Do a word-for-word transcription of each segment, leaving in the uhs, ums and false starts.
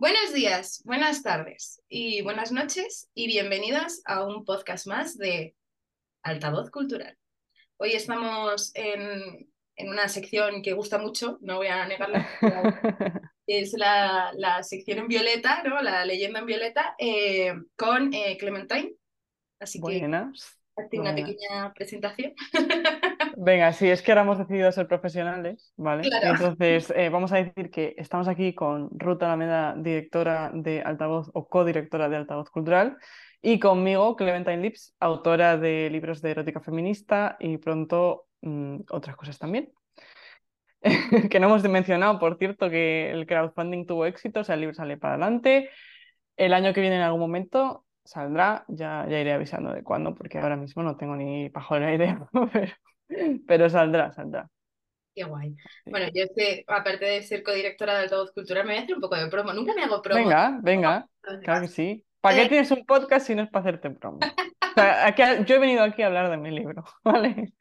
Buenos días, buenas tardes y buenas noches y bienvenidos a un podcast más de Altavoz Cultural. Hoy estamos en, en una sección que gusta mucho, no voy a negarlo, que es la, la sección en violeta, ¿no? La leyenda en violeta, eh, con eh, Clementine. Así que Buenas, hazte una buenas. pequeña presentación. Venga, sí, es que ahora hemos decidido ser profesionales, ¿vale? Y Claro. entonces eh, vamos a decir que estamos aquí con Ruth Alameda, directora de Altavoz o codirectora de Altavoz Cultural, y conmigo, Clementine Lips, autora de libros de erótica feminista y pronto mm, otras cosas también. Que no hemos mencionado, por cierto, que el crowdfunding tuvo éxito, o sea, el libro sale para adelante. El año que viene en algún momento saldrá, ya, ya iré avisando de cuándo, porque ahora mismo no tengo ni pajolera idea, pero, pero saldrá, saldrá. Qué guay. Sí. Bueno, yo es que, aparte de ser codirectora de Altavoz Cultural, me voy a hacer un poco de promo. Nunca me hago promo. Venga, venga, Los claro demás. que sí. ¿Para qué Eh, tienes un podcast si no es para hacerte promo? O sea, aquí- yo he venido aquí a hablar de mi libro, ¿vale?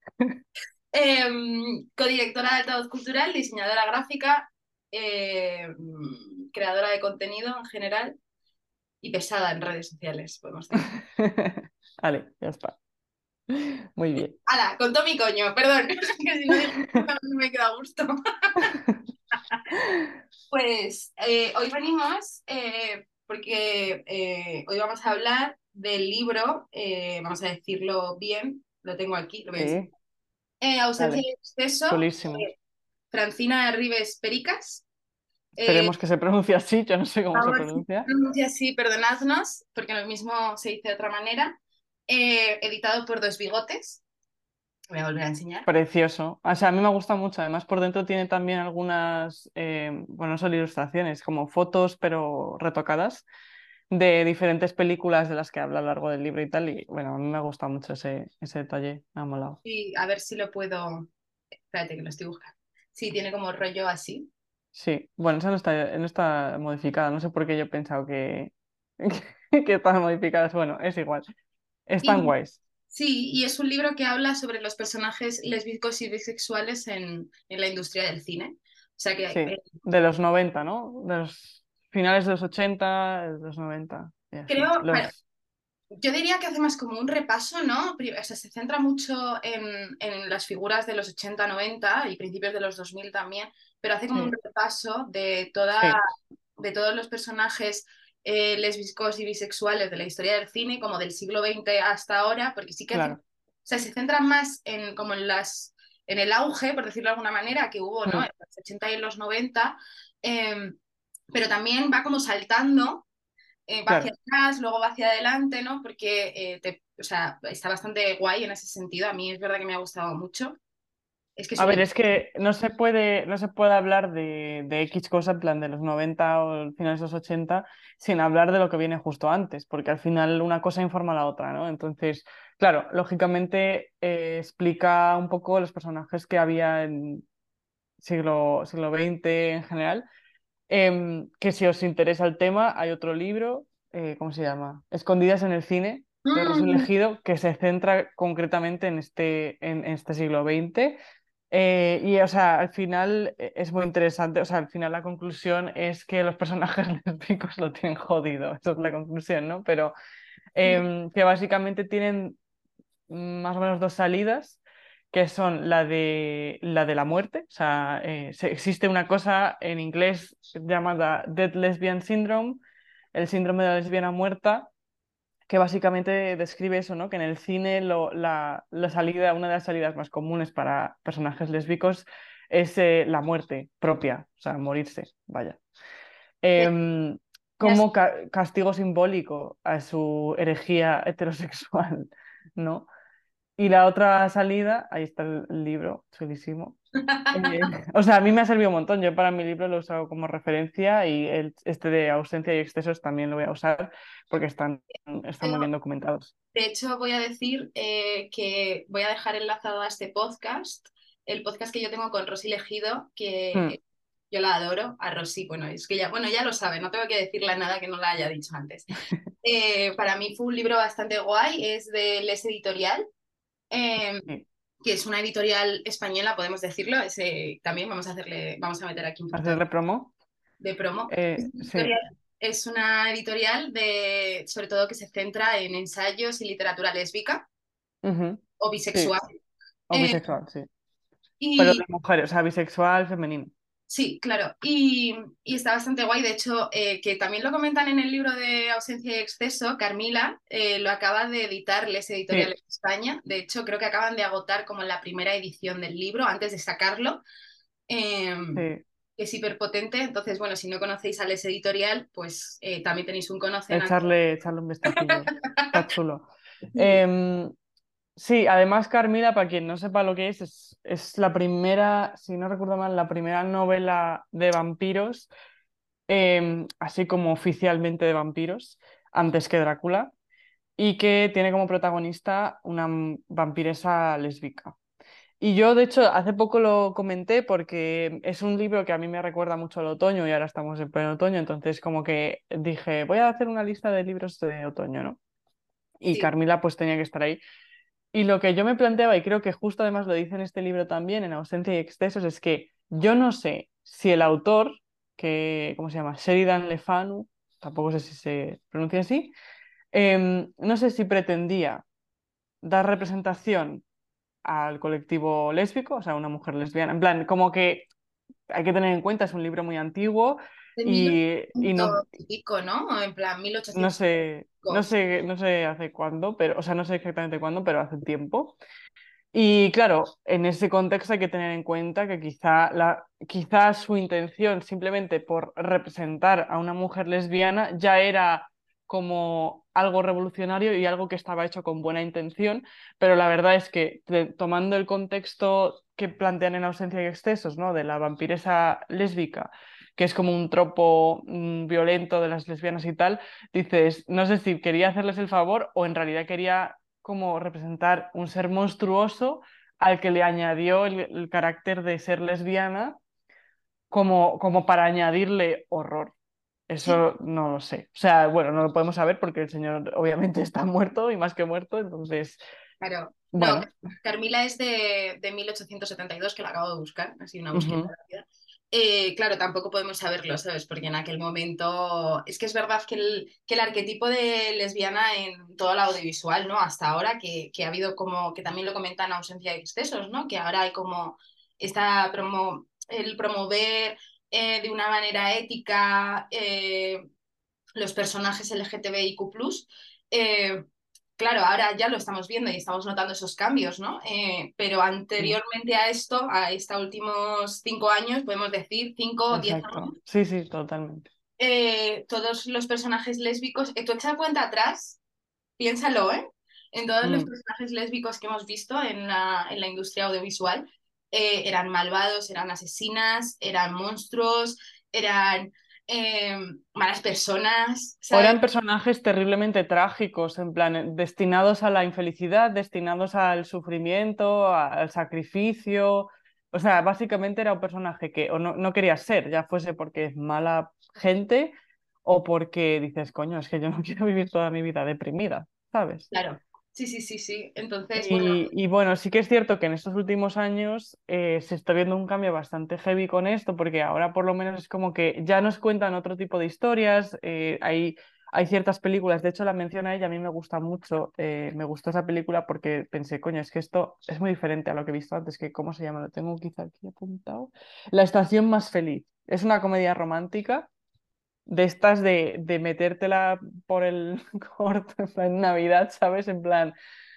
Em, codirectora de Altavoz Cultural, diseñadora gráfica, em, creadora de contenido en general y pesada en redes sociales, podemos decir. Vale, ya está. Muy bien. ¡Hala! Contó mi coño, perdón, que si no digo no me queda a gusto. Pues eh, hoy venimos eh, porque eh, hoy vamos a hablar del libro, eh, vamos a decirlo bien, lo tengo aquí, lo voy a enseñar. Sí, Eh, Ausencia dale, de exceso, chulísimo. eh, Francina Ribes Pericas. Eh, Esperemos que se pronuncie así, yo no sé cómo se favor, si pronuncia. pronuncia así, perdonadnos, porque lo mismo se dice de otra manera. Eh, editado por Dos Bigotes. Voy a volver a enseñar. Precioso. O sea, a mí me gusta mucho. Además, por dentro tiene también algunas, eh, bueno, no son ilustraciones, como fotos, pero retocadas, de diferentes películas de las que habla a lo largo del libro y tal. Y bueno, a mí me ha gustado mucho ese, ese detalle. Me ha molado. Y a ver si lo puedo. Espérate que lo estoy buscando. Sí, tiene como rollo así. Sí, bueno, esa no está, no está modificada. No sé por qué yo he pensado que, que están modificadas. Bueno, es igual. Están Y guays. sí, y es un libro que habla sobre los personajes lésbicos y bisexuales en, en la industria del cine. O sea que Sí, eh, de los noventa, ¿no? De los finales de los ochenta, de los noventa y así. creo, bueno, Los... yo diría que hace más como un repaso, ¿no? Pri- O sea, se centra mucho en, en las figuras de los ochenta noventa y principios de los dos mil también, pero hace como un Sí, repaso de toda, sí. de todos los personajes eh, lésbicos y bisexuales de la historia del cine, como del siglo veinte hasta ahora, porque sí que hace, o Claro. sea, se centra más en como en las en el auge, por decirlo de alguna manera, que hubo, ¿no? En Mm, los ochenta y en los noventa, eh, pero también va como saltando eh, va hacia claro. atrás, luego va hacia adelante, ¿no? Porque eh, te, o sea, está bastante guay en ese sentido. A mí es verdad que me ha gustado mucho. Es que es A un ver, libro. es que no se puede, no se puede hablar de, de X cosa, en plan de los noventa o finales de los ochenta, sin hablar de lo que viene justo antes, porque al final una cosa informa a la otra, ¿no? Entonces, claro, lógicamente eh, explica un poco los personajes que había en siglo, siglo veinte en general. Em, que si os interesa el tema, hay otro libro, eh, ¿cómo se llama? Escondidas en el cine, de Rosy Mm, Ejido, que se centra concretamente en este, en, en este siglo veinte. Eh, y, o sea, al final eh, es muy interesante, o sea, al final la conclusión es que los personajes lésbicos lo tienen jodido, esa es la conclusión, ¿no? Pero sí. em, que básicamente tienen más o menos dos salidas, que son la de la, de la muerte. O sea, eh, se- existe una cosa en inglés llamada Dead Lesbian Syndrome, el síndrome de la lesbiana muerta, que básicamente describe eso, ¿no? Que en el cine lo- la, la salida, una de las salidas más comunes para personajes lésbicos es eh, la muerte propia, o sea, morirse, vaya. De- Em, ya sé. como ca- castigo simbólico a su herejía heterosexual, ¿no? Y la otra salida, ahí está el, el libro, chulísimo. Eh, o sea, a mí me ha servido un montón. Yo para mi libro lo he usado como referencia y el, este de ausencia y excesos también lo voy a usar porque están, están muy Pero, bien documentados. de hecho, voy a decir eh, que voy a dejar enlazado a este podcast, el podcast que yo tengo con Rosy Legido, que Mm, eh, yo la adoro, a Rosy, bueno, es que ya, bueno, ya lo sabe, no tengo que decirle nada que no la haya dicho antes. Eh, para mí fue un libro bastante guay, es de Les Editorial. eh, sí. que es una editorial española, podemos decirlo. Ese, también vamos a hacerle, vamos a meter aquí un poquito. ¿Hacerle promo? de promo. Es Eh, una sí, editorial, es una editorial de, sobre todo que se centra en ensayos y literatura lésbica ujú, o sí, bisexual. o Eh, bisexual, sí. Pero de y mujeres, o sea, bisexual, femenino. sí, claro. Y, y está bastante guay. De hecho, eh, que también lo comentan en el libro de Ausencia y Exceso, Carmila eh, lo acaba de editar Les Sí, Editoriales de España. De hecho, creo que acaban de agotar como la primera edición del libro antes de sacarlo. Eh, sí, que es hiperpotente. Entonces, bueno, si no conocéis a Les Editorial, pues eh, también tenéis un conocen aquí. echarle, echarle un vistacillo. Está chulo. Sí, Em, sí, además Carmila, para quien no sepa lo que es, es, es la primera, si no recuerdo mal, la primera novela de vampiros, em, así como oficialmente de vampiros, antes que Drácula, y que tiene como protagonista una m- vampiresa lésbica. Y yo, de hecho, hace poco lo comenté porque es un libro que a mí me recuerda mucho al otoño y ahora estamos en pleno otoño, entonces como que dije, voy a hacer una lista de libros de otoño, ¿no? Y sí, Carmila pues tenía que estar ahí. Y lo que yo me planteaba, y creo que justo además lo dice en este libro también, en Ausencia y Excesos, es que yo no sé si el autor, que, ¿cómo se llama? Sheridan Le Fanu, tampoco sé si se pronuncia así, em, no sé si pretendía dar representación al colectivo lésbico, o sea, una mujer lesbiana. En plan, como que hay que tener en cuenta, es un libro muy antiguo de mil y, y no, ochocientos y pico, ¿no? En plan, no mil ochocientos y sé, no pico. sé, no sé hace cuándo, pero, o sea, no sé exactamente cuándo, pero hace tiempo. Y claro, en ese contexto hay que tener en cuenta que quizá, la, quizá su intención simplemente por representar a una mujer lesbiana ya era como algo revolucionario y algo que estaba hecho con buena intención, pero la verdad es que te- tomando el contexto que plantean en Ausencia y Excesos, ¿no? De la vampiresa lésbica, que es como un tropo mm, violento de las lesbianas y tal, dices, no sé si quería hacerles el favor o en realidad quería como representar un ser monstruoso al que le añadió el, el carácter de ser lesbiana como, como para añadirle horror. Sí, Eso no lo sé. O sea, bueno, no lo podemos saber porque el señor obviamente está muerto y más que muerto, entonces, claro. No, bueno. Carmila es de, de mil ochocientos setenta y dos, que la acabo de buscar, así una búsqueda Ujú, rápida. Eh, claro, tampoco podemos saberlo, ¿sabes? Porque en aquel momento es que es verdad que el, que el arquetipo de lesbiana en todo el audiovisual, ¿no? Hasta ahora, que, que ha habido como, que también lo comentan Ausencia de Excesos, ¿no? Que ahora hay como esta promo, el promover eh, de una manera ética eh, los personajes L G T B I Q plus, eh, claro, ahora ya lo estamos viendo y estamos notando esos cambios, ¿no? Eh, pero sí, anteriormente a esto, a estos últimos cinco años, podemos decir cinco o diez exacto. años, Sí, sí, totalmente. eh, todos los personajes lésbicos, eh, tú echa cuenta atrás, piénsalo, ¿eh? En todos los Mm. personajes lésbicos que hemos visto en la, en la industria audiovisual, eh, eran malvados, eran asesinas, eran monstruos, eran eh, malas personas, O ¿sabes? eran personajes terriblemente trágicos, en plan, eh, destinados a la infelicidad, destinados al sufrimiento, a- al sacrificio. O sea, básicamente era un personaje que o no, no quería ser, ya fuese porque es mala gente o porque dices, coño, es que yo no quiero vivir toda mi vida deprimida, ¿sabes? Claro, sí, sí, sí, sí. Entonces, bueno, Y, y bueno, sí que es cierto que en estos últimos años eh, se está viendo un cambio bastante heavy con esto, porque ahora por lo menos es como que ya nos cuentan otro tipo de historias, eh, hay, hay ciertas películas, de hecho la menciona ella, a mí me gusta mucho, eh, me gustó esa película porque pensé, coño, es que esto es muy diferente a lo que he visto antes, que ¿cómo se llama? Lo tengo quizá aquí apuntado. La estación más feliz. Es una comedia romántica de estas de, de metértela por el corto en plan Navidad, ¿sabes? En plan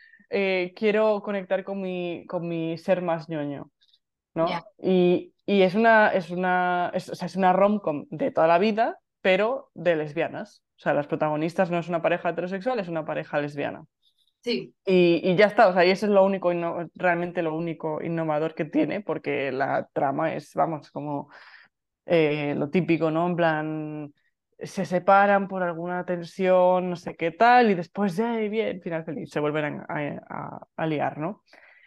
eh, quiero conectar con mi, con mi ser más ñoño, ya, ¿no? Y, y es una, es una, es, o sea, es una rom-com de toda la vida, pero de lesbianas. O sea, las protagonistas no es una pareja heterosexual, es una pareja lesbiana. sí, Y, y ya está, o sea, y eso es lo único, inno- realmente lo único innovador que tiene, porque la trama es, vamos, como eh, lo típico, ¿no? En plan, se separan por alguna tensión, no sé qué tal, y después, ya, bien, final feliz, se vuelven a, a- a- a liar, ¿no?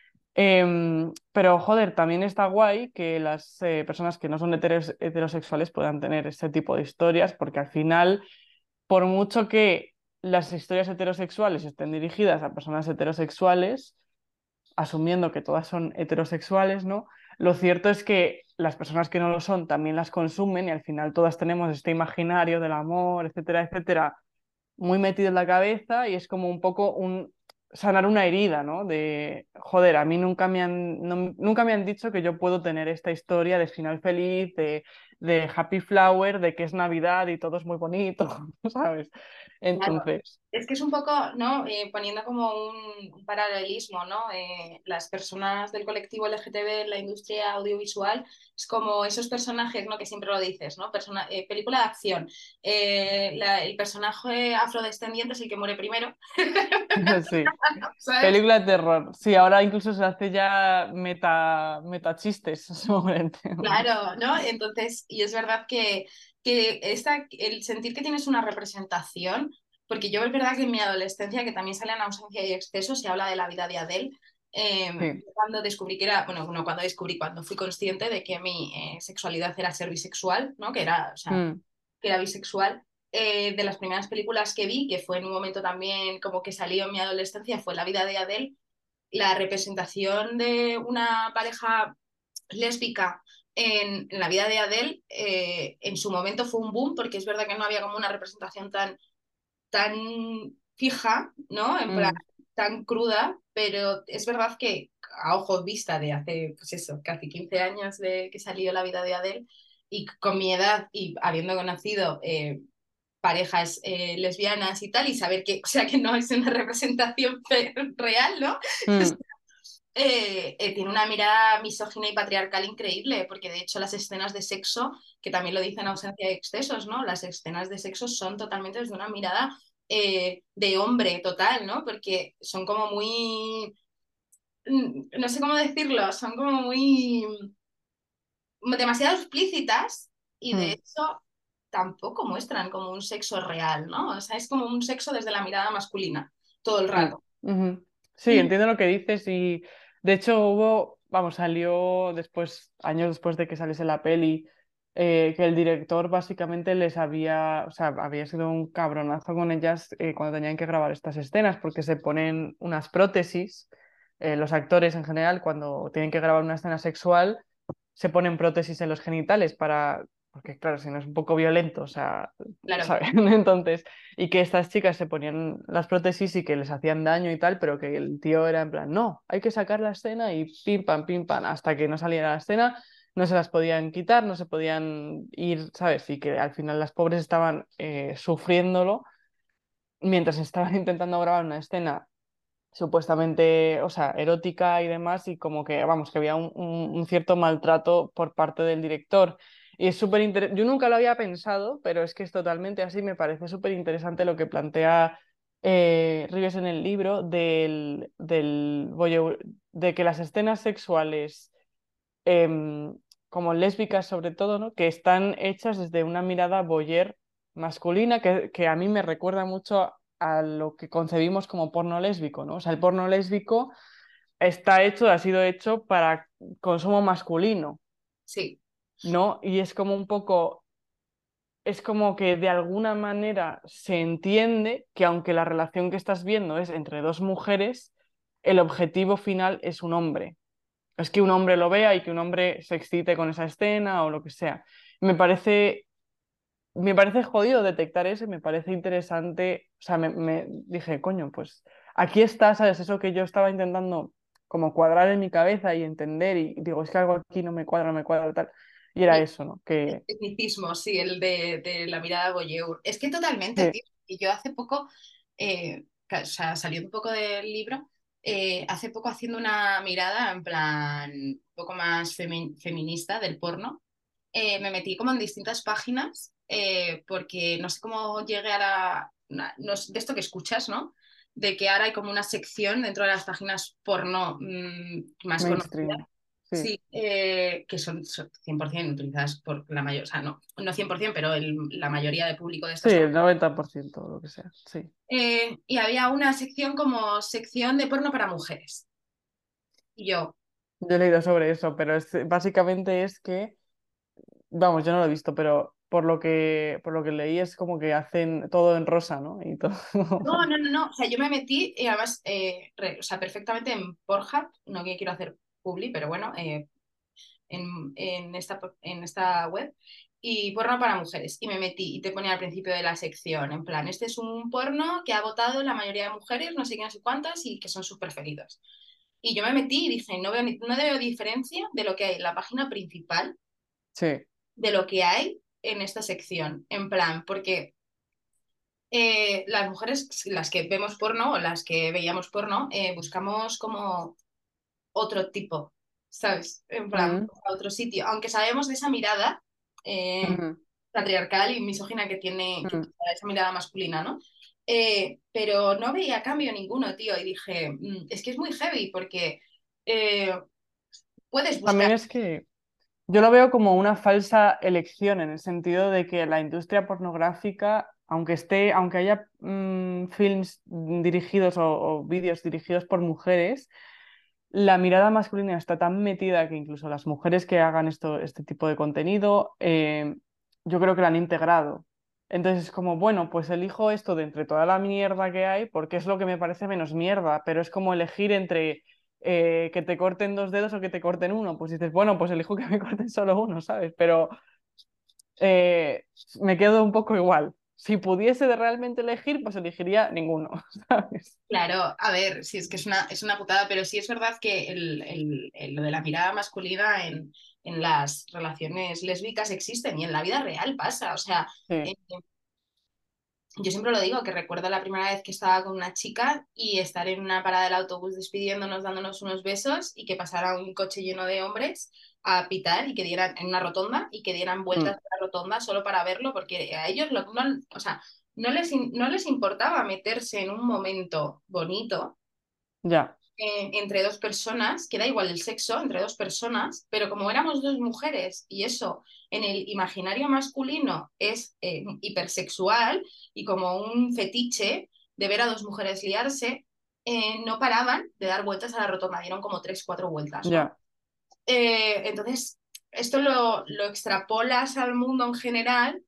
Em, pero, joder, también está guay que las eh, personas que no son heteros- heterosexuales puedan tener ese tipo de historias, porque al final, por mucho que las historias heterosexuales estén dirigidas a personas heterosexuales, asumiendo que todas son heterosexuales, ¿no? Lo cierto es que las personas que no lo son también las consumen y al final todas tenemos este imaginario del amor, etcétera, etcétera, muy metido en la cabeza y es como un poco un sanar una herida, ¿no? De, joder, a mí nunca me han, no- nunca me han dicho que yo puedo tener esta historia de final feliz, de, de happy flower, de que es Navidad y todo es muy bonito, ¿sabes? Claro, Entonces, es que es un poco, ¿no? Eh, poniendo como un, un paralelismo, ¿no? Eh, las personas del colectivo L G T B en la industria audiovisual es como esos personajes, ¿no? Que siempre lo dices, ¿no? Persona, eh, película de acción. Eh, la- el personaje afrodescendiente es el que muere primero, sí. ¿sabes? Película de terror. Sí, ahora incluso se hace ya meta, meta chistes sobre el tema. Claro, ¿no? Entonces, y es verdad que, que esta, el sentir que tienes una representación, porque yo es verdad que en mi adolescencia, que también sale en Ausencia y Exceso, se habla de la vida de Adele, eh, Sí. cuando descubrí que era, bueno, no cuando descubrí, cuando fui consciente de que mi eh, sexualidad era ser bisexual, ¿no? Que era, o sea, Mm, que era bisexual. Eh, de las primeras películas que vi, que fue en un momento también como que salió en mi adolescencia, fue La vida de Adele, la representación de una pareja lésbica en, en la vida de Adele, eh, en su momento fue un boom, porque es verdad que no había como una representación tan, tan fija, ¿no? En plan, mm, tan cruda, pero es verdad que a ojos vista de hace, pues eso, casi quince años de que salió la vida de Adele, y con mi edad y habiendo conocido eh, parejas eh, lesbianas y tal, y saber que, o sea, que no es una representación real, ¿no? mm, eh, eh, tiene una mirada misógina y patriarcal increíble, porque de hecho las escenas de sexo, que también lo dicen Ausencia de Excesos, ¿no? Las escenas de sexo son totalmente desde una mirada eh, de hombre total, ¿no? Porque son como muy, mm, no sé cómo decirlo, son como muy, mm, demasiado explícitas y de mm. hecho tampoco muestran como un sexo real, ¿no? O sea, es como un sexo desde la mirada masculina todo el Mm, rato. ujú. Sí, Y entiendo lo que dices y de hecho hubo, vamos, salió después, años después de que saliese la peli, eh, que el director básicamente les había, o sea, había sido un cabronazo con ellas eh, cuando tenían que grabar estas escenas porque se ponen unas prótesis, eh, los actores en general cuando tienen que grabar una escena sexual se ponen prótesis en los genitales para, porque claro, si no es un poco violento, o sea, claro, ¿saben? Entonces y que estas chicas se ponían las prótesis y que les hacían daño y tal, pero que el tío era en plan, no, hay que sacar la escena y pim, pam, pim, pam, hasta que no saliera la escena, no se las podían quitar, no se podían ir, ¿sabes? Y que al final las pobres estaban eh, sufriéndolo mientras estaban intentando grabar una escena supuestamente, o sea, erótica y demás, y como que, vamos, que había un, un- un cierto maltrato por parte del director. Y es súper interesante, yo nunca lo había pensado, pero es que es totalmente así, me parece súper interesante lo que plantea eh, Rivers en el libro del, del voyeur- de que las escenas sexuales, em, como lésbicas sobre todo, ¿no? Que están hechas desde una mirada voyeur masculina que, que a mí me recuerda mucho a lo que concebimos como porno lésbico, ¿no? O sea, el porno lésbico está hecho, ha sido hecho para consumo masculino, sí, ¿no? Y es como un poco, es como que de alguna manera se entiende que aunque la relación que estás viendo es entre dos mujeres, el objetivo final es un hombre. Es que un hombre lo vea y que un hombre se excite con esa escena o lo que sea. Me parece, me parece jodido detectar eso y me parece interesante. O sea, me, me dije, coño, pues aquí está, ¿sabes? Eso que yo estaba intentando como cuadrar en mi cabeza y entender y digo, es que algo aquí no me cuadra, no me cuadra, tal. Y era eso, ¿no? Que tecnicismo, sí, el de, de la mirada voyeur. Es que totalmente, sí, tío. Y yo hace poco, eh, ca- o sea, saliendo un poco del libro, eh, hace poco haciendo una mirada en plan un poco más femi- feminista del porno, eh, me metí como en distintas páginas eh, porque no sé cómo llegué a la... na- no sé, de esto que escuchas, ¿no? De que ahora hay como una sección dentro de las páginas porno mm, más conocidas. mainstream. Sí. Sí, eh, que son, son cien por ciento utilizadas por la mayoría, o sea, no, no cien por ciento, pero el- la mayoría de público de Sí, estas. el noventa por ciento o lo que sea. Sí. Eh, y había una sección como sección de porno para mujeres. Y yo, Yo he leído sobre eso, pero es, básicamente es que vamos, yo no lo he visto, pero por lo que, por lo que leí es como que hacen todo en rosa, ¿no? Y todo. no, no, no, no, o sea, yo me metí, y además, eh, re- o sea, perfectamente en Pornhub, no que quiero hacer publi, pero bueno, eh, en, en, esta, en esta web, y porno para mujeres. Y me metí y te ponía al principio de la sección, en plan, este es un porno que ha votado la mayoría de mujeres, no sé qué, no sé cuántas, y que son sus preferidos. Y yo me metí y dije, no veo, ni- no veo diferencia de lo que hay en la página principal Sí. de lo que hay en esta sección. En plan, porque eh, las mujeres, las que vemos porno o las que veíamos porno, eh, buscamos como otro tipo, ¿sabes? En plan, Mm, a otro sitio. Aunque sabemos de esa mirada eh, ujú, patriarcal y misógina que tiene, que mm. tiene esa mirada masculina, ¿no? Eh, pero no veía cambio ninguno, tío, y dije, "Mm, es que es muy heavy porque eh, puedes También buscar, es que yo lo veo como una falsa elección en el sentido de que la industria pornográfica, aunque esté, aunque haya mm, films dirigidos o, o vídeos dirigidos por mujeres, la mirada masculina está tan metida que incluso las mujeres que hagan esto, este tipo de contenido, eh, yo creo que la han integrado. Entonces es como, bueno, pues elijo esto de entre toda la mierda que hay porque es lo que me parece menos mierda, pero es como elegir entre eh, que te corten dos dedos o que te corten uno. Pues dices, bueno, pues elijo que me corten solo uno, ¿sabes? Pero eh, me quedo un poco igual. Si pudiese de realmente elegir, pues elegiría ninguno, ¿sabes? claro, a ver, si es que es una, es una putada, pero sí es verdad que el, el- el- lo de la mirada masculina en, en las relaciones lésbicas existen y en la vida real pasa, o sea... Sí. eh, yo siempre lo digo, que recuerdo la primera vez que estaba con una chica y estar en una parada del autobús despidiéndonos, dándonos unos besos y que pasara un coche lleno de hombres a pitar y que dieran en una rotonda y que dieran vueltas Mm, a la rotonda solo para verlo, porque a ellos lo- no, o sea, no les, in- no les importaba meterse en un momento bonito ya, eh, entre dos personas, que da igual el sexo, entre dos personas, pero como éramos dos mujeres y eso en el imaginario masculino es eh, hipersexual y como un fetiche de ver a dos mujeres liarse, eh, no paraban de dar vueltas a la rotonda, dieron como tres, cuatro vueltas, ¿no? ya. Eh, entonces, esto lo, lo extrapolas al mundo en general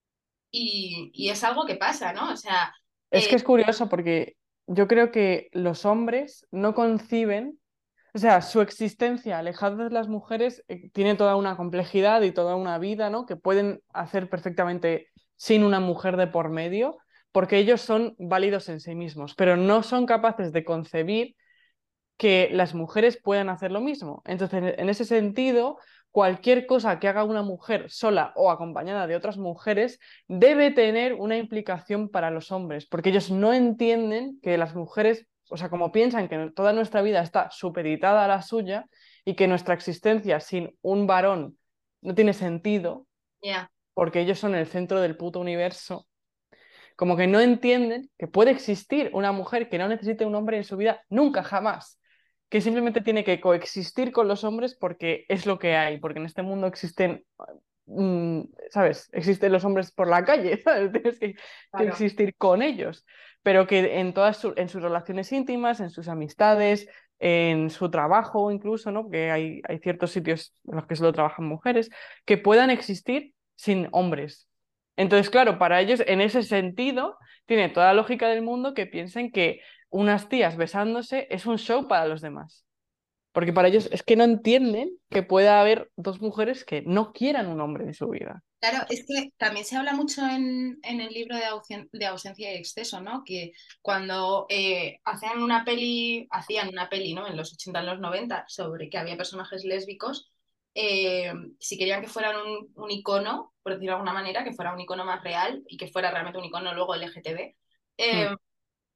y, y es algo que pasa, ¿no? O sea, Es eh, que es curioso porque yo creo que los hombres no conciben, o sea, su existencia alejada de las mujeres eh, tiene toda una complejidad y toda una vida, ¿no? Que pueden hacer perfectamente sin una mujer de por medio, porque ellos son válidos en sí mismos, pero no son capaces de concebir que las mujeres puedan hacer lo mismo. Entonces, en ese sentido, cualquier cosa que haga una mujer sola o acompañada de otras mujeres debe tener una implicación para los hombres, porque ellos no entienden que las mujeres, o sea, como piensan que toda nuestra vida está supeditada a la suya y que nuestra existencia sin un varón no tiene sentido, ya. porque ellos son el centro del puto universo. Como que no entienden que puede existir una mujer que no necesite un hombre en su vida nunca, jamás. Que simplemente tiene que coexistir con los hombres porque es lo que hay, porque en este mundo existen, mm, ¿sabes? Existen los hombres por la calle, ¿sabes? Tienes que, que Claro. existir con ellos, pero que en todas su- en sus relaciones íntimas, en sus amistades, en su trabajo incluso, ¿no? Que hay, hay ciertos sitios en los que solo trabajan mujeres, que puedan existir sin hombres. Entonces, claro, para ellos, en ese sentido, tiene toda la lógica del mundo que piensen que unas tías besándose es un show para los demás. Porque para ellos es que no entienden que pueda haber dos mujeres que no quieran un hombre en su vida. Claro, es que también se habla mucho en, en el libro de, ausen- de ausencia y exceso, ¿no? Que cuando eh, hacían una peli, hacían una peli, ¿no? En los ochenta, en los noventa, sobre que había personajes lésbicos, eh, si querían que fueran un, un icono, por decirlo de alguna manera, que fuera un icono más real y que fuera realmente un icono luego L G T B, eh, Mm,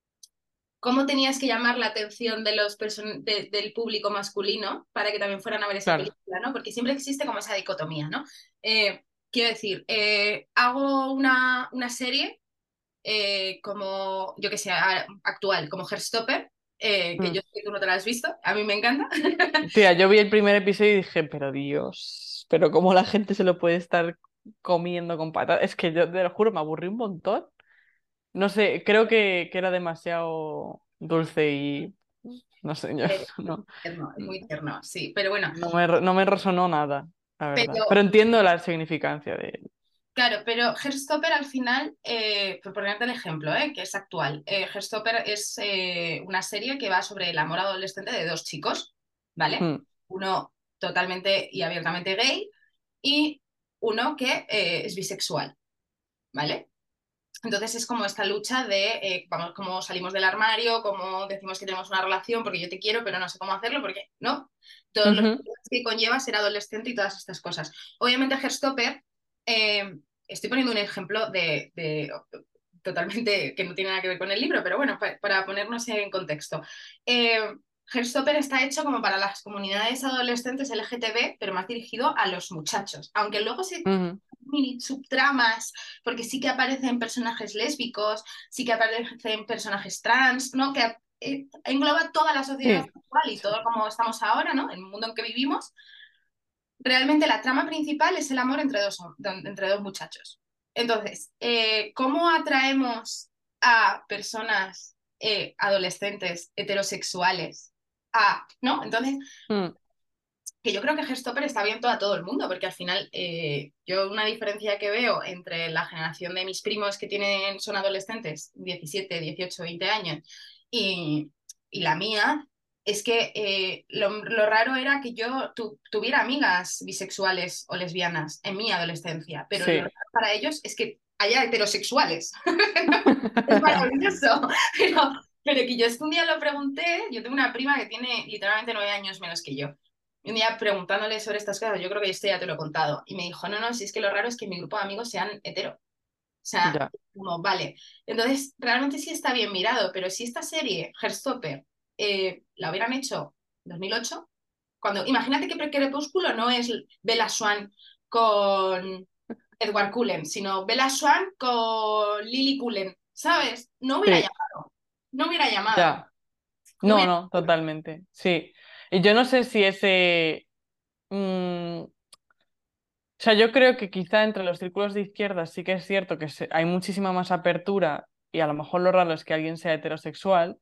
¿cómo tenías que llamar la atención de los person- de- del público masculino para que también fueran a ver esa claro, película, ¿no? Porque siempre existe como esa dicotomía, ¿no? Eh, quiero decir, eh, hago una, una serie eh, como, yo que sé, a- actual, como Heartstopper, eh, que mm. yo sé que tú no te la has visto, a mí me encanta. Tía, yo vi el primer episodio y dije, pero Dios, pero cómo la gente se lo puede estar comiendo con patatas. Es que yo te lo juro, me aburrí un montón. No sé, creo que, que era demasiado dulce y no sé, yo Eh, no, tierno, es muy tierno, sí, pero bueno, no me, no me resonó nada, la verdad. pero Pero entiendo la significancia de claro, pero Heartstopper al final, eh, por ponerte el ejemplo, eh, que es actual, eh, Heartstopper es eh, una serie que va sobre el amor adolescente de dos chicos, ¿vale? él. Uno totalmente y abiertamente gay y uno que eh, es bisexual, ¿vale? Entonces es como esta lucha de eh, vamos, cómo salimos del armario, cómo decimos que tenemos una relación porque yo te quiero, pero no sé cómo hacerlo porque no. Todos los Ujú. problemas que conlleva ser adolescente y todas estas cosas. Obviamente, Herstopper, eh, estoy poniendo un ejemplo de, de, totalmente que no tiene nada que ver con el libro, pero bueno, pa, para ponernos en contexto. Eh, Herstopper está hecho como para las comunidades adolescentes L G T B, pero más dirigido a los muchachos, aunque luego se Ujú. mini subtramas, porque sí que aparecen personajes lésbicos, sí que aparecen personajes trans, ¿no? Que eh, engloba toda la sociedad Sí, actual y sí. todo como estamos ahora, ¿no? En el mundo en que vivimos. Realmente la trama principal es el amor entre dos, entre dos muchachos. Entonces, eh, ¿cómo atraemos a personas eh, adolescentes heterosexuales a, ¿no? Entonces, Mm, que yo creo que Gestopper está abierto a todo el mundo, porque al final eh, yo una diferencia que veo entre la generación de mis primos que tienen, son adolescentes, diecisiete dieciocho veinte años, y, y la mía, es que eh, lo, lo, raro era que yo tu, tuviera amigas bisexuales o lesbianas en mi adolescencia, pero lo raro sí. para ellos es que haya heterosexuales. Es maravilloso, pero, pero que yo es que un día lo pregunté, yo tengo una prima que tiene literalmente nueve años menos que yo. Y un día preguntándole sobre estas cosas, yo creo que esto ya te lo he contado. Y me dijo, no, no, si es que lo raro es que mi grupo de amigos sean hetero. O sea, Ya. como, vale. Entonces, realmente sí está bien mirado, pero si esta serie, Heartstopper, eh, la hubieran hecho en dos mil ocho, cuando, imagínate que Crepúsculo no es Bella Swan con Edward Cullen, sino Bella Swan con Lily Cullen, ¿sabes? No hubiera Sí, llamado, no hubiera llamado, ya. no No, hubiera... no, totalmente. Sí. Y yo no sé si ese. mm, o sea, yo creo que quizá entre los círculos de izquierda sí que es cierto que se- hay muchísima más apertura y a lo mejor lo raro es que alguien sea heterosexual,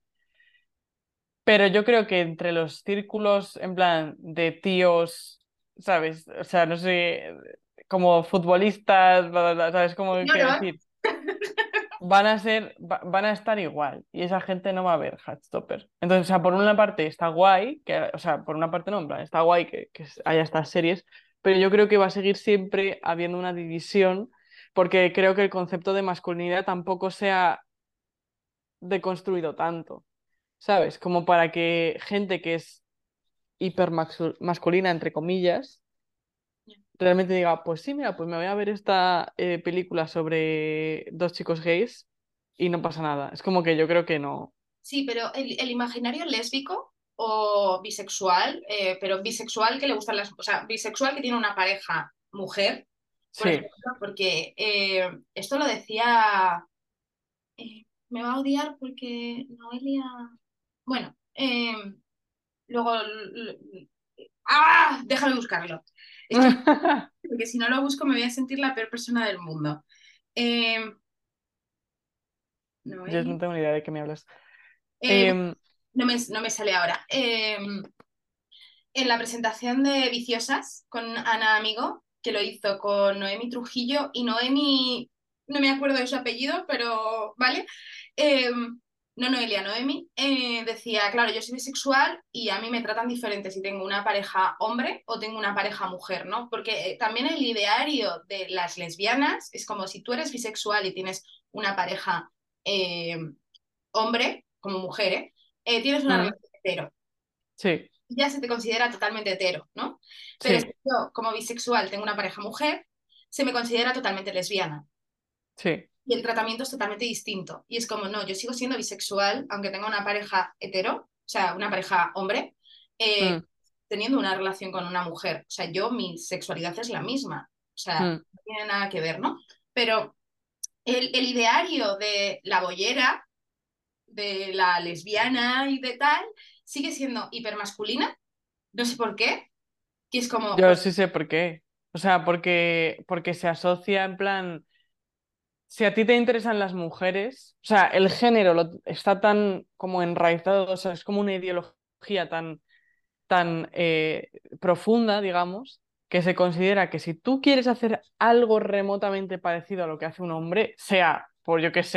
pero yo creo que entre los círculos en plan de tíos, ¿sabes? O sea, no sé, como futbolistas, bla, bla, bla, ¿sabes cómo quiero Señor, decir? Van a ser, va- van a estar igual y esa gente no va a ver Heartstopper. Entonces, o sea, por una parte está guay, que, o sea, por una parte no, en plan, está guay que, que haya estas series, pero yo creo que va a seguir siempre habiendo una división porque creo que el concepto de masculinidad tampoco se ha deconstruido tanto, ¿sabes? Como para que gente que es hiper masculina, entre comillas, realmente diga, pues sí, mira, pues me voy a ver esta eh, película sobre dos chicos gays y no pasa nada. Es como que yo creo que no. sí, pero el, el imaginario lésbico o bisexual, eh, pero bisexual que le gustan las, o sea, bisexual que tiene una pareja mujer, por Sí. ejemplo, porque eh, esto lo decía, eh, me va a odiar porque Noelia, bueno, eh, luego, l- l- ah, déjame buscarlo. Es que, porque si no lo busco me voy a sentir la peor persona del mundo. Eh, Yo Noelia, no tengo ni idea de qué me hablas. eh, Em, no me, no me sale ahora. Eh, en la presentación de Viciosas con Ana Amigo, que lo hizo con Noemi Trujillo, y Noemi, no me acuerdo de su apellido, pero vale. Eh, no Noelia, Noemi, eh, decía, claro, yo soy bisexual y a mí me tratan diferente si tengo una pareja hombre o tengo una pareja mujer, ¿no? Porque eh, también el ideario de las lesbianas es como si tú eres bisexual y tienes una pareja eh, hombre, como mujer, ¿eh? Eh, tienes una mm, relación hetero, sí, ya se te considera totalmente hetero, ¿no? Pero si sí, yo, como bisexual, tengo una pareja mujer, se me considera totalmente lesbiana. sí. Y el tratamiento es totalmente distinto. Y es como, no, yo sigo siendo bisexual, aunque tenga una pareja hetero, o sea, una pareja hombre, eh, mm, teniendo una relación con una mujer. O sea, yo, mi sexualidad es la misma. O sea, mm, no tiene nada que ver, ¿no? Pero el, el ideario de la boyera, de la lesbiana y de tal, sigue siendo hipermasculina. No sé por qué, que es como, Yo pues, sí sé por qué. O sea, porque, porque se asocia en plan. Si a ti te interesan las mujeres, o sea, el género lo- está tan como enraizado, o sea, es como una ideología tan, tan eh, profunda, digamos, que se considera que si tú quieres hacer algo remotamente parecido a lo que hace un hombre, sea por, yo qué sé,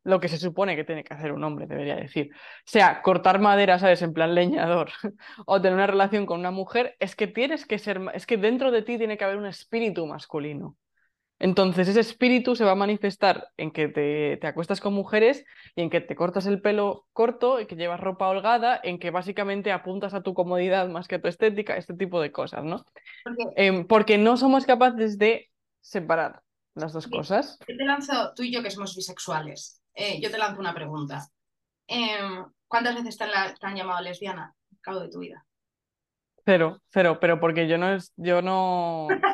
lo que se supone que tiene que hacer un hombre, debería decir. Sea cortar madera, ¿sabes? En plan leñador, o tener una relación con una mujer, es que tienes que ser, es que dentro de ti tiene que haber un espíritu masculino. Entonces, ese espíritu se va a manifestar en que te, te acuestas con mujeres y en que te cortas el pelo corto y que llevas ropa holgada, en que básicamente apuntas a tu comodidad más que a tu estética, este tipo de cosas, ¿no? Porque Em, porque no somos capaces de separar las dos porque cosas. yo te lanzo, tú y yo que somos bisexuales, eh, yo te lanzo una pregunta. Em, ¿cuántas veces te han, la- te han llamado lesbiana al cabo de tu vida? Cero, cero, pero porque yo no es, yo no. O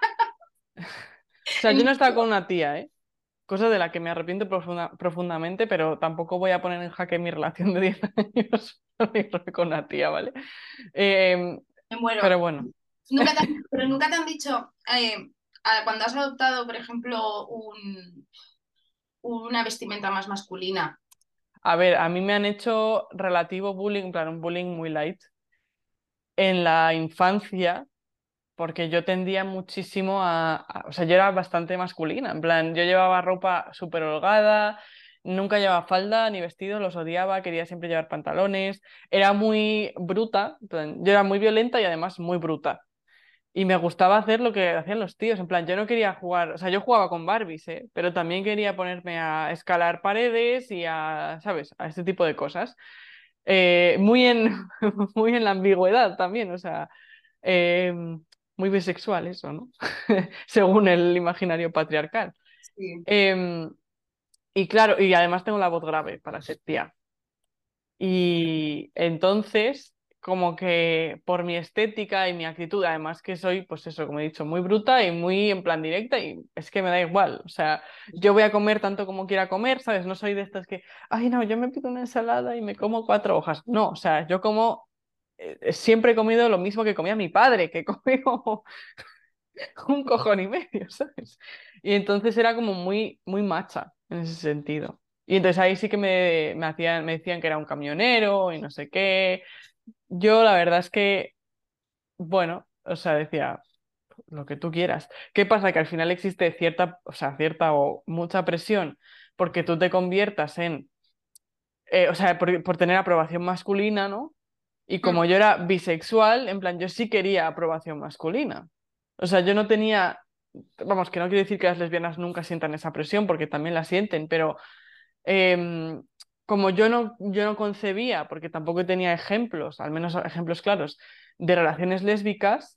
sea, yo En- no estaba con una tía, ¿eh? Cosa de la que me arrepiento profunda- profundamente, pero tampoco voy a poner en jaque mi relación de diez años por irme con una tía, ¿vale? Em, Me muero. pero bueno. Nunca te han- pero nunca te han dicho, eh, a- cuando has adoptado, por ejemplo, un- una vestimenta más masculina. A ver, a mí me han hecho relativo bullying, en plan, un bullying muy light en la infancia, porque yo tendía muchísimo a, a- O sea, yo era bastante masculina, en plan, yo llevaba ropa súper holgada, nunca llevaba falda ni vestido, los odiaba, quería siempre llevar pantalones, era muy bruta, en plan, yo era muy violenta y además muy bruta. Y me gustaba hacer lo que hacían los tíos, en plan, yo no quería jugar, o sea, yo jugaba con Barbies, ¿eh? Pero también quería ponerme a escalar paredes y a, ¿sabes? A este tipo de cosas. Eh, muy en, muy en la ambigüedad también, o sea, eh, muy bisexual eso, ¿no? Según el imaginario patriarcal. Sí. Eh, y claro, y además tengo la voz grave para ser tía. Y entonces, como que por mi estética y mi actitud, además que soy, pues eso, como he dicho, muy bruta y muy en plan directa, y es que me da igual. O sea, yo voy a comer tanto como quiera comer, ¿sabes? No soy de estas que, ay, no, yo me pido una ensalada y me como cuatro hojas. No, o sea, yo como, eh, siempre he comido lo mismo que comía mi padre, que comió un cojón y medio, ¿sabes? Y entonces era como muy, muy macha en ese sentido. Y entonces ahí sí que me, me hacían, me decían que era un camionero y no sé qué. Yo la verdad es que, bueno, o sea, decía lo que tú quieras. ¿Qué pasa? Que al final existe cierta, o sea, cierta o mucha presión porque tú te conviertas en, eh, o sea, por, por tener aprobación masculina, ¿no? Y Mm. como yo era bisexual, en plan, yo sí quería aprobación masculina. O sea, yo no tenía, vamos, que no quiero decir que las lesbianas nunca sientan esa presión, porque también la sienten, pero em, como yo no, yo no concebía, porque tampoco tenía ejemplos, al menos ejemplos claros, de relaciones lésbicas,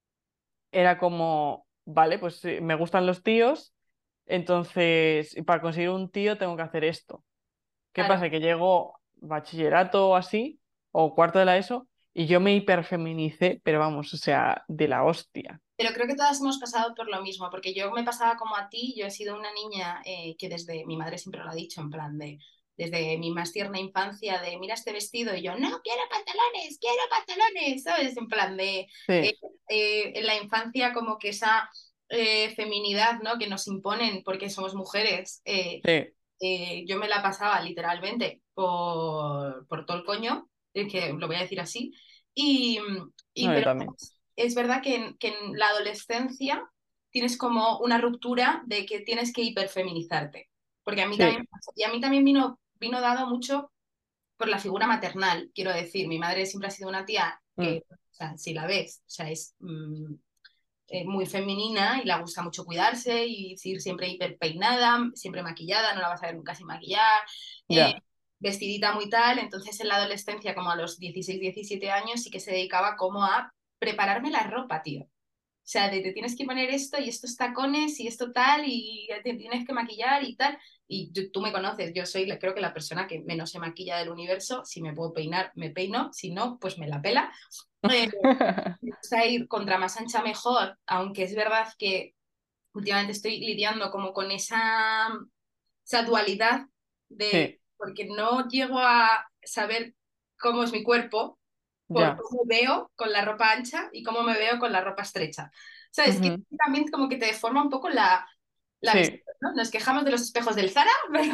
era como, vale, pues sí, me gustan los tíos, entonces para conseguir un tío tengo que hacer esto. ¿Qué Claro, pasa? Que llegó bachillerato o así, o cuarto de la ESO, y yo me hiperfeminicé, pero vamos, o sea, de la hostia. pero creo que todas hemos pasado por lo mismo, porque yo me pasaba como a ti, yo he sido una niña eh, que desde, mi madre siempre lo ha dicho, en plan de, desde mi más tierna infancia, de mira este vestido, y yo, no, quiero pantalones, quiero pantalones, ¿sabes? En plan de, Sí, eh, eh, en la infancia como que esa eh, feminidad, ¿no? Que nos imponen porque somos mujeres, eh, sí, eh, yo me la pasaba literalmente por, por todo el coño, es que lo voy a decir así, y, y no, yo pero también. es verdad que en, que en la adolescencia tienes como una ruptura de que tienes que hiperfeminizarte, porque a mí también, Sí, y a mí también vino, vino dado mucho por la figura maternal, quiero decir, mi madre siempre ha sido una tía mm, que, o sea, si la ves, o sea, es mm, eh, muy femenina y le gusta mucho cuidarse y ir siempre hiper peinada, siempre maquillada, no la vas a ver nunca sin maquillar, eh, ya. vestidita muy tal. Entonces en la adolescencia, como a los dieciséis diecisiete años, sí que se dedicaba como a prepararme la ropa, tío. O sea, de te tienes que poner esto y estos tacones y esto tal y te tienes que maquillar y tal. Y yo- tú me conoces, yo soy la- creo que la persona que menos se maquilla del universo. Si me puedo peinar, me peino. Si no, pues me la pela. Eh, Me gusta ir contra más ancha mejor, aunque es verdad que últimamente estoy lidiando como con esa, esa dualidad de, Sí, porque no llego a saber cómo es mi cuerpo por ya. cómo veo con la ropa ancha y cómo me veo con la ropa estrecha. ¿Sabes? Que Ujú, también como que te deforma un poco la, la visión, sí. ¿no? Nos quejamos de los espejos del Zara, pero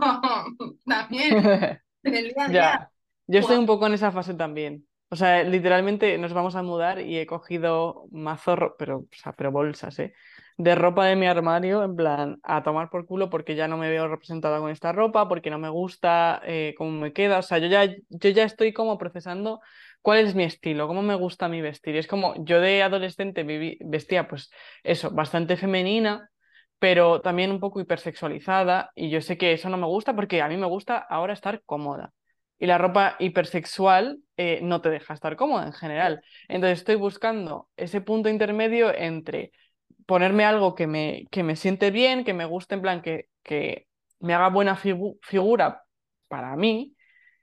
también en el día a día. Ya. Yo estoy Guau. un poco en esa fase también. O sea, literalmente nos vamos a mudar y he cogido mazorro, pero, o sea, pero bolsas, ¿eh? de ropa de mi armario, en plan, a tomar por culo porque ya no me veo representada con esta ropa, porque no me gusta eh, cómo me queda. O sea, yo ya, yo ya estoy como procesando cuál es mi estilo, cómo me gusta a mí vestir. Y es como, yo de adolescente viví- vestía, pues eso, bastante femenina, pero también un poco hipersexualizada. Y yo sé que eso no me gusta porque a mí me gusta ahora estar cómoda. Y la ropa hipersexual eh, no te deja estar cómoda en general. Entonces estoy buscando ese punto intermedio entre ponerme algo que me, que me siente bien, que me guste, en plan, que, que me haga buena figu- figura para mí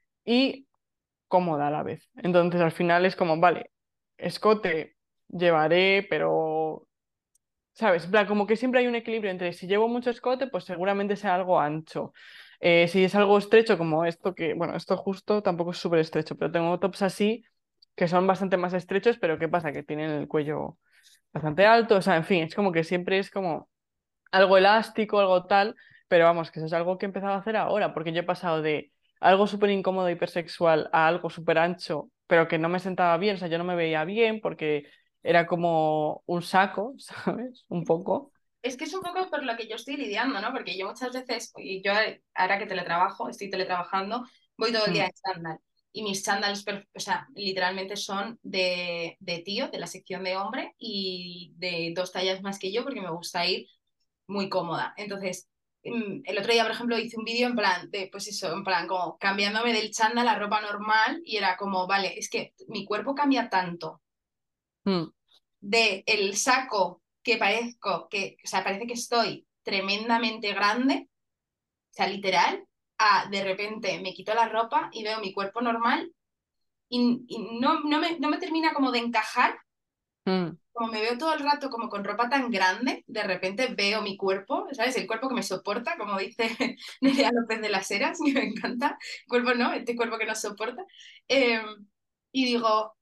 y cómoda a la vez. Entonces al final es como, vale, escote llevaré, pero, ¿sabes? En plan, como que siempre hay un equilibrio entre si llevo mucho escote, pues seguramente sea algo ancho. Eh, si es algo estrecho como esto, que, bueno, esto justo tampoco es súper estrecho, pero tengo tops así que son bastante más estrechos, pero ¿qué pasa? Que tienen el cuello bastante alto, o sea, en fin, es como que siempre es como algo elástico, algo tal, pero vamos, que eso es algo que he empezado a hacer ahora, porque yo he pasado de algo súper incómodo, hipersexual, a algo súper ancho, pero que no me sentaba bien, o sea, yo no me veía bien porque era como un saco, ¿sabes? Un poco. Es que es un poco por lo que yo estoy lidiando, ¿no? Porque yo muchas veces, y yo ahora que teletrabajo, estoy teletrabajando, voy todo el día Mm, en chándal. Y mis chándals, per- o sea, literalmente son de, de tío, de la sección de hombre, y de dos tallas más que yo, porque me gusta ir muy cómoda. Entonces, mm, el otro día, por ejemplo, hice un vídeo en plan, de, pues eso, en plan, como cambiándome del chándal a la ropa normal, y era como, vale, es que mi cuerpo cambia tanto mm, de el saco que parezco, que, o sea, parece que estoy tremendamente grande, o sea, literal, a de repente me quito la ropa y veo mi cuerpo normal y, y no, no, me, no me termina como de encajar, mm. como me veo todo el rato como con ropa tan grande, de repente veo mi cuerpo, ¿sabes? El cuerpo que me soporta, como dice Nerea López de las Heras, que me encanta, cuerpo no, este cuerpo que nos soporta. Eh, y digo,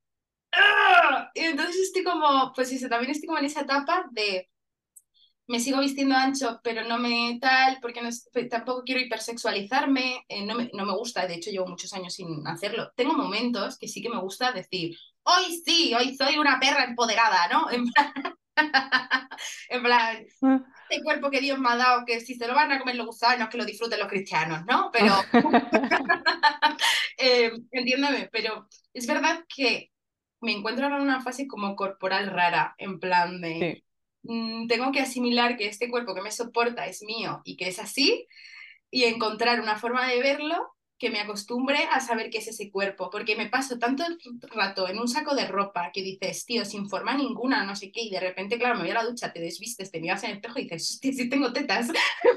¡ah! Y entonces estoy como, pues eso, también estoy como en esa etapa de me sigo vistiendo ancho, pero no me tal, porque no es- pues, tampoco quiero hipersexualizarme, eh, no me, no me gusta, de hecho llevo muchos años sin hacerlo. Tengo momentos que sí que me gusta decir, hoy sí, hoy soy una perra empoderada, ¿no? En plan, en plan, este cuerpo que Dios me ha dado, que si se lo van a comer los gusanos, que lo disfruten los cristianos, ¿no? Pero, eh, entiéndeme, pero es verdad que me encuentro ahora en una fase como corporal rara, en plan de Sí. mm, tengo que asimilar que este cuerpo que me soporta es mío y que es así y encontrar una forma de verlo que me acostumbre a saber qué es ese cuerpo, porque me paso tanto rato en un saco de ropa que dices, tío, sin forma ninguna, no sé qué, y de repente, claro, me voy a la ducha, te desvistes, te miras en el espejo y dices, hostia, sí tengo tetas.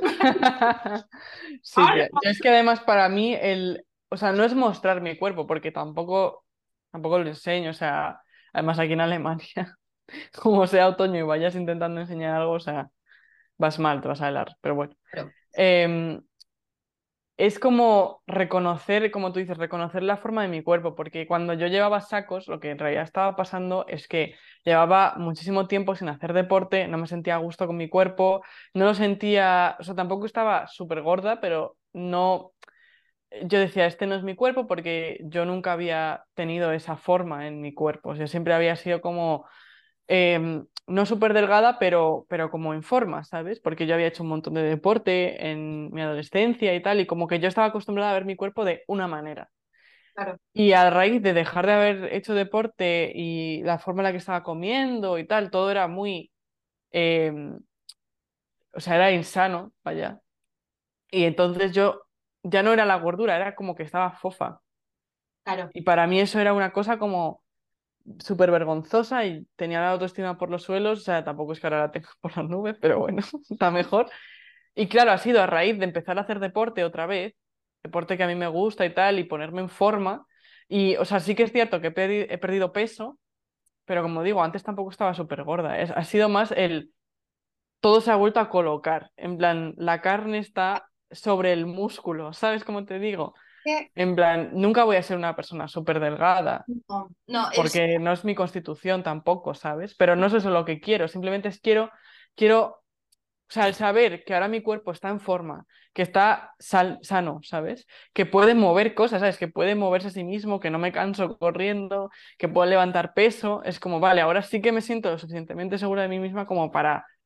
Sí, ¡Hala! tía. Yo es que además para mí el, o sea, no es mostrar mi cuerpo, porque tampoco, tampoco lo enseño, o sea, además aquí en Alemania, como sea otoño y vayas intentando enseñar algo, o sea, vas mal, te vas a helar, pero bueno. Claro, Em, es como reconocer, como tú dices, reconocer la forma de mi cuerpo, porque cuando yo llevaba sacos, lo que en realidad estaba pasando es que llevaba muchísimo tiempo sin hacer deporte, no me sentía a gusto con mi cuerpo, no lo sentía, o sea, tampoco estaba súper gorda, pero no, yo decía, este no es mi cuerpo porque yo nunca había tenido esa forma en mi cuerpo, o sea, siempre había sido como em, no súper delgada, pero, pero como en forma, ¿sabes? Porque yo había hecho un montón de deporte en mi adolescencia y tal, y como que yo estaba acostumbrada a ver mi cuerpo de una manera. claro, Y a raíz de dejar de haber hecho deporte y la forma en la que estaba comiendo y tal, todo era muy, em, o sea, era insano, vaya. Y entonces yo ya no era la gordura, era como que estaba fofa. claro. Y para mí eso era una cosa como súper vergonzosa y tenía la autoestima por los suelos, o sea, tampoco es que ahora la tenga por las nubes, pero bueno, está mejor. Y claro, ha sido a raíz de empezar a hacer deporte otra vez, deporte que a mí me gusta y tal, y ponerme en forma. Y, o sea, sí que es cierto que he, perdi- he perdido peso, pero como digo, antes tampoco estaba súper gorda. Es- ha sido más el, todo se ha vuelto a colocar, en plan, la carne está sobre el músculo, ¿sabes cómo te digo? Que En plan, nunca voy a ser una persona súper delgada no, no, es, porque no es mi constitución tampoco, ¿sabes? Pero no es eso lo que quiero, simplemente es quiero, quiero, o sea, el saber que ahora mi cuerpo está en forma, que está sal- sano, ¿sabes? Que puede mover cosas, ¿sabes? Que puede moverse a sí mismo, que no me canso corriendo, que puedo levantar peso, es como, vale, ahora sí que me siento lo suficientemente segura de mí misma como para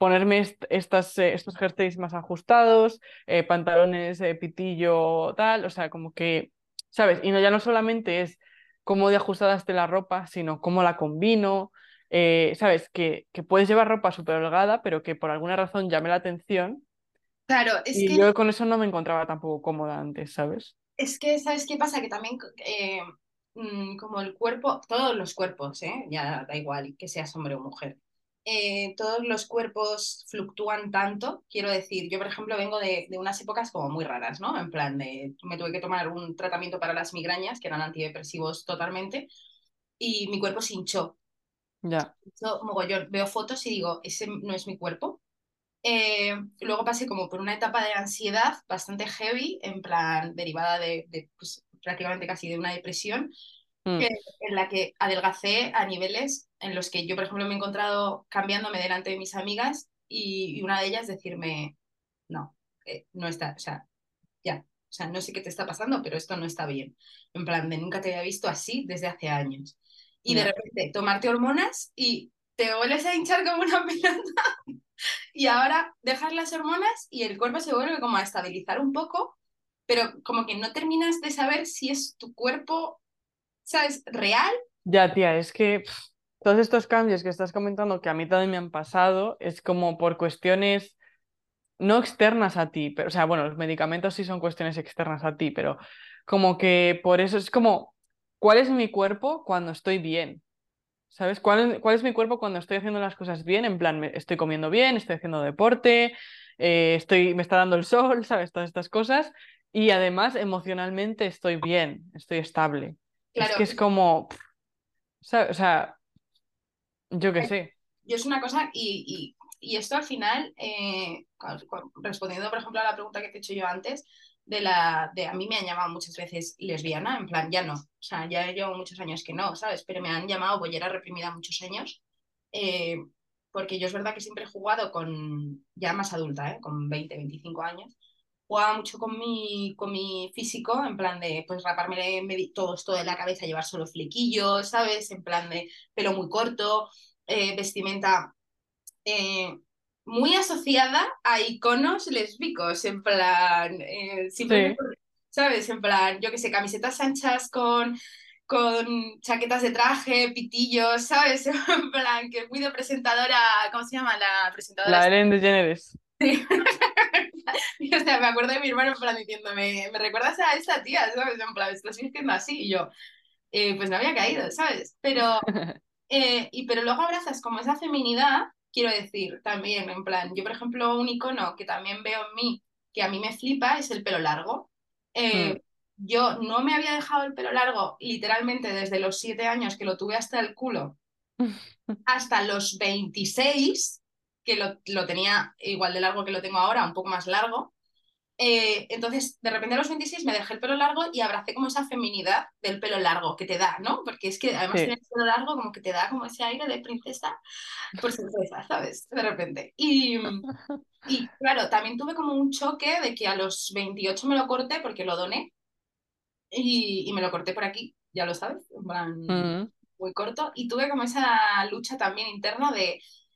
ponerme est- estas, eh, estos jerseys más ajustados, eh, pantalones, eh, pitillo, tal, o sea, como que, ¿sabes? Y no, ya no solamente es cómo de ajustada esté la ropa, sino cómo la combino, eh, ¿sabes? Que, que puedes llevar ropa súper holgada, pero que por alguna razón llame la atención. Claro, es Y que, yo con eso no me encontraba tampoco cómoda antes, ¿sabes? es que, ¿sabes qué pasa? Que también eh, mm, como el cuerpo, todos los cuerpos, ¿eh? Ya da igual que seas hombre o mujer, eh, todos los cuerpos fluctúan tanto, quiero decir, yo por ejemplo vengo de, de unas épocas como muy raras, ¿no? En plan de, me tuve que tomar un tratamiento para las migrañas, que eran antidepresivos totalmente, y mi cuerpo se hinchó. Ya. Yo, mogollón, veo fotos y digo, ese no es mi cuerpo. Eh, luego pasé como por una etapa de ansiedad bastante heavy, en plan derivada de, de, pues, prácticamente casi de una depresión, que, Mm, en la que adelgacé a niveles en los que yo, por ejemplo, me he encontrado cambiándome delante de mis amigas y, y una de ellas decirme, no, eh, no está, o sea, ya, o sea, no sé qué te está pasando, pero esto no está bien. En plan, de nunca te había visto así desde hace años. Y de ya. repente tomarte hormonas y te vuelves a hinchar como una pelota y ahora dejas las hormonas y el cuerpo se vuelve como a estabilizar un poco, pero como que no terminas de saber si es tu cuerpo, ¿sabes? Real. Ya, tía, es que pf, todos estos cambios que estás comentando que a mí también me han pasado es como por cuestiones no externas a ti, pero, o sea, bueno, los medicamentos sí son cuestiones externas a ti, pero como que por eso es como, ¿cuál es mi cuerpo cuando estoy bien? ¿Sabes? ¿Cuál, cuál es mi cuerpo cuando estoy haciendo las cosas bien? En plan, me- estoy comiendo bien, estoy haciendo deporte, eh, estoy, me está dando el sol, ¿sabes? Todas estas cosas. Y además, emocionalmente estoy bien, estoy estable. Es que Claro, es como, pf, ¿sabes? O sea, yo qué sé. yo es una cosa y, y, y esto al final, eh, cu- cu- respondiendo por ejemplo a la pregunta que te he hecho yo antes, de la de a mí me han llamado muchas veces lesbiana, en plan, ya no, o sea, ya llevo muchos años que no, ¿sabes? Pero me han llamado bollera reprimida muchos años, eh, porque yo es verdad que siempre he jugado con, ya más adulta, ¿eh? Con veinte veinticinco años, jugaba mucho con mi, con mi físico, en plan de, pues raparme me- todo esto de la cabeza, llevar solo flequillos, ¿sabes? En plan de pelo muy corto, eh, vestimenta eh, muy asociada a iconos lésbicos, en plan, eh, simplemente, Sí. ¿sabes? En plan, yo qué sé, camisetas anchas con, con chaquetas de traje, pitillos, ¿sabes? En plan, que es muy de presentadora, ¿cómo se llama? La presentadora La esta. Ellen DeGeneres. Sí. O sea, me acuerdo de mi hermano en plan diciéndome, ¿me recuerdas a esta tía? ¿Sabes? En plan, estás diciendo así. Y yo, eh, pues no había caído, ¿sabes? Pero eh, y pero luego abrazas como esa feminidad, quiero decir, también, en plan, yo por ejemplo, un icono que también veo en mí, que a mí me flipa, es el pelo largo. Eh, Mm. yo no me había dejado el pelo largo literalmente desde los siete años que lo tuve hasta el culo, hasta los veintiséis que lo, lo tenía igual de largo que lo tengo ahora, un poco más largo. Eh, entonces, de repente a los veintiséis me dejé el pelo largo y abracé como esa feminidad del pelo largo que te da, ¿no? Porque es que además tener Sí. el pelo largo como que te da como ese aire de princesa por sorpresa, ¿sabes? De repente. Y, y claro, también tuve como un choque de que a los veintiocho me lo corté porque lo doné y, y me lo corté por aquí, ya lo sabes, en plan Mm. muy corto. Y tuve como esa lucha también interna de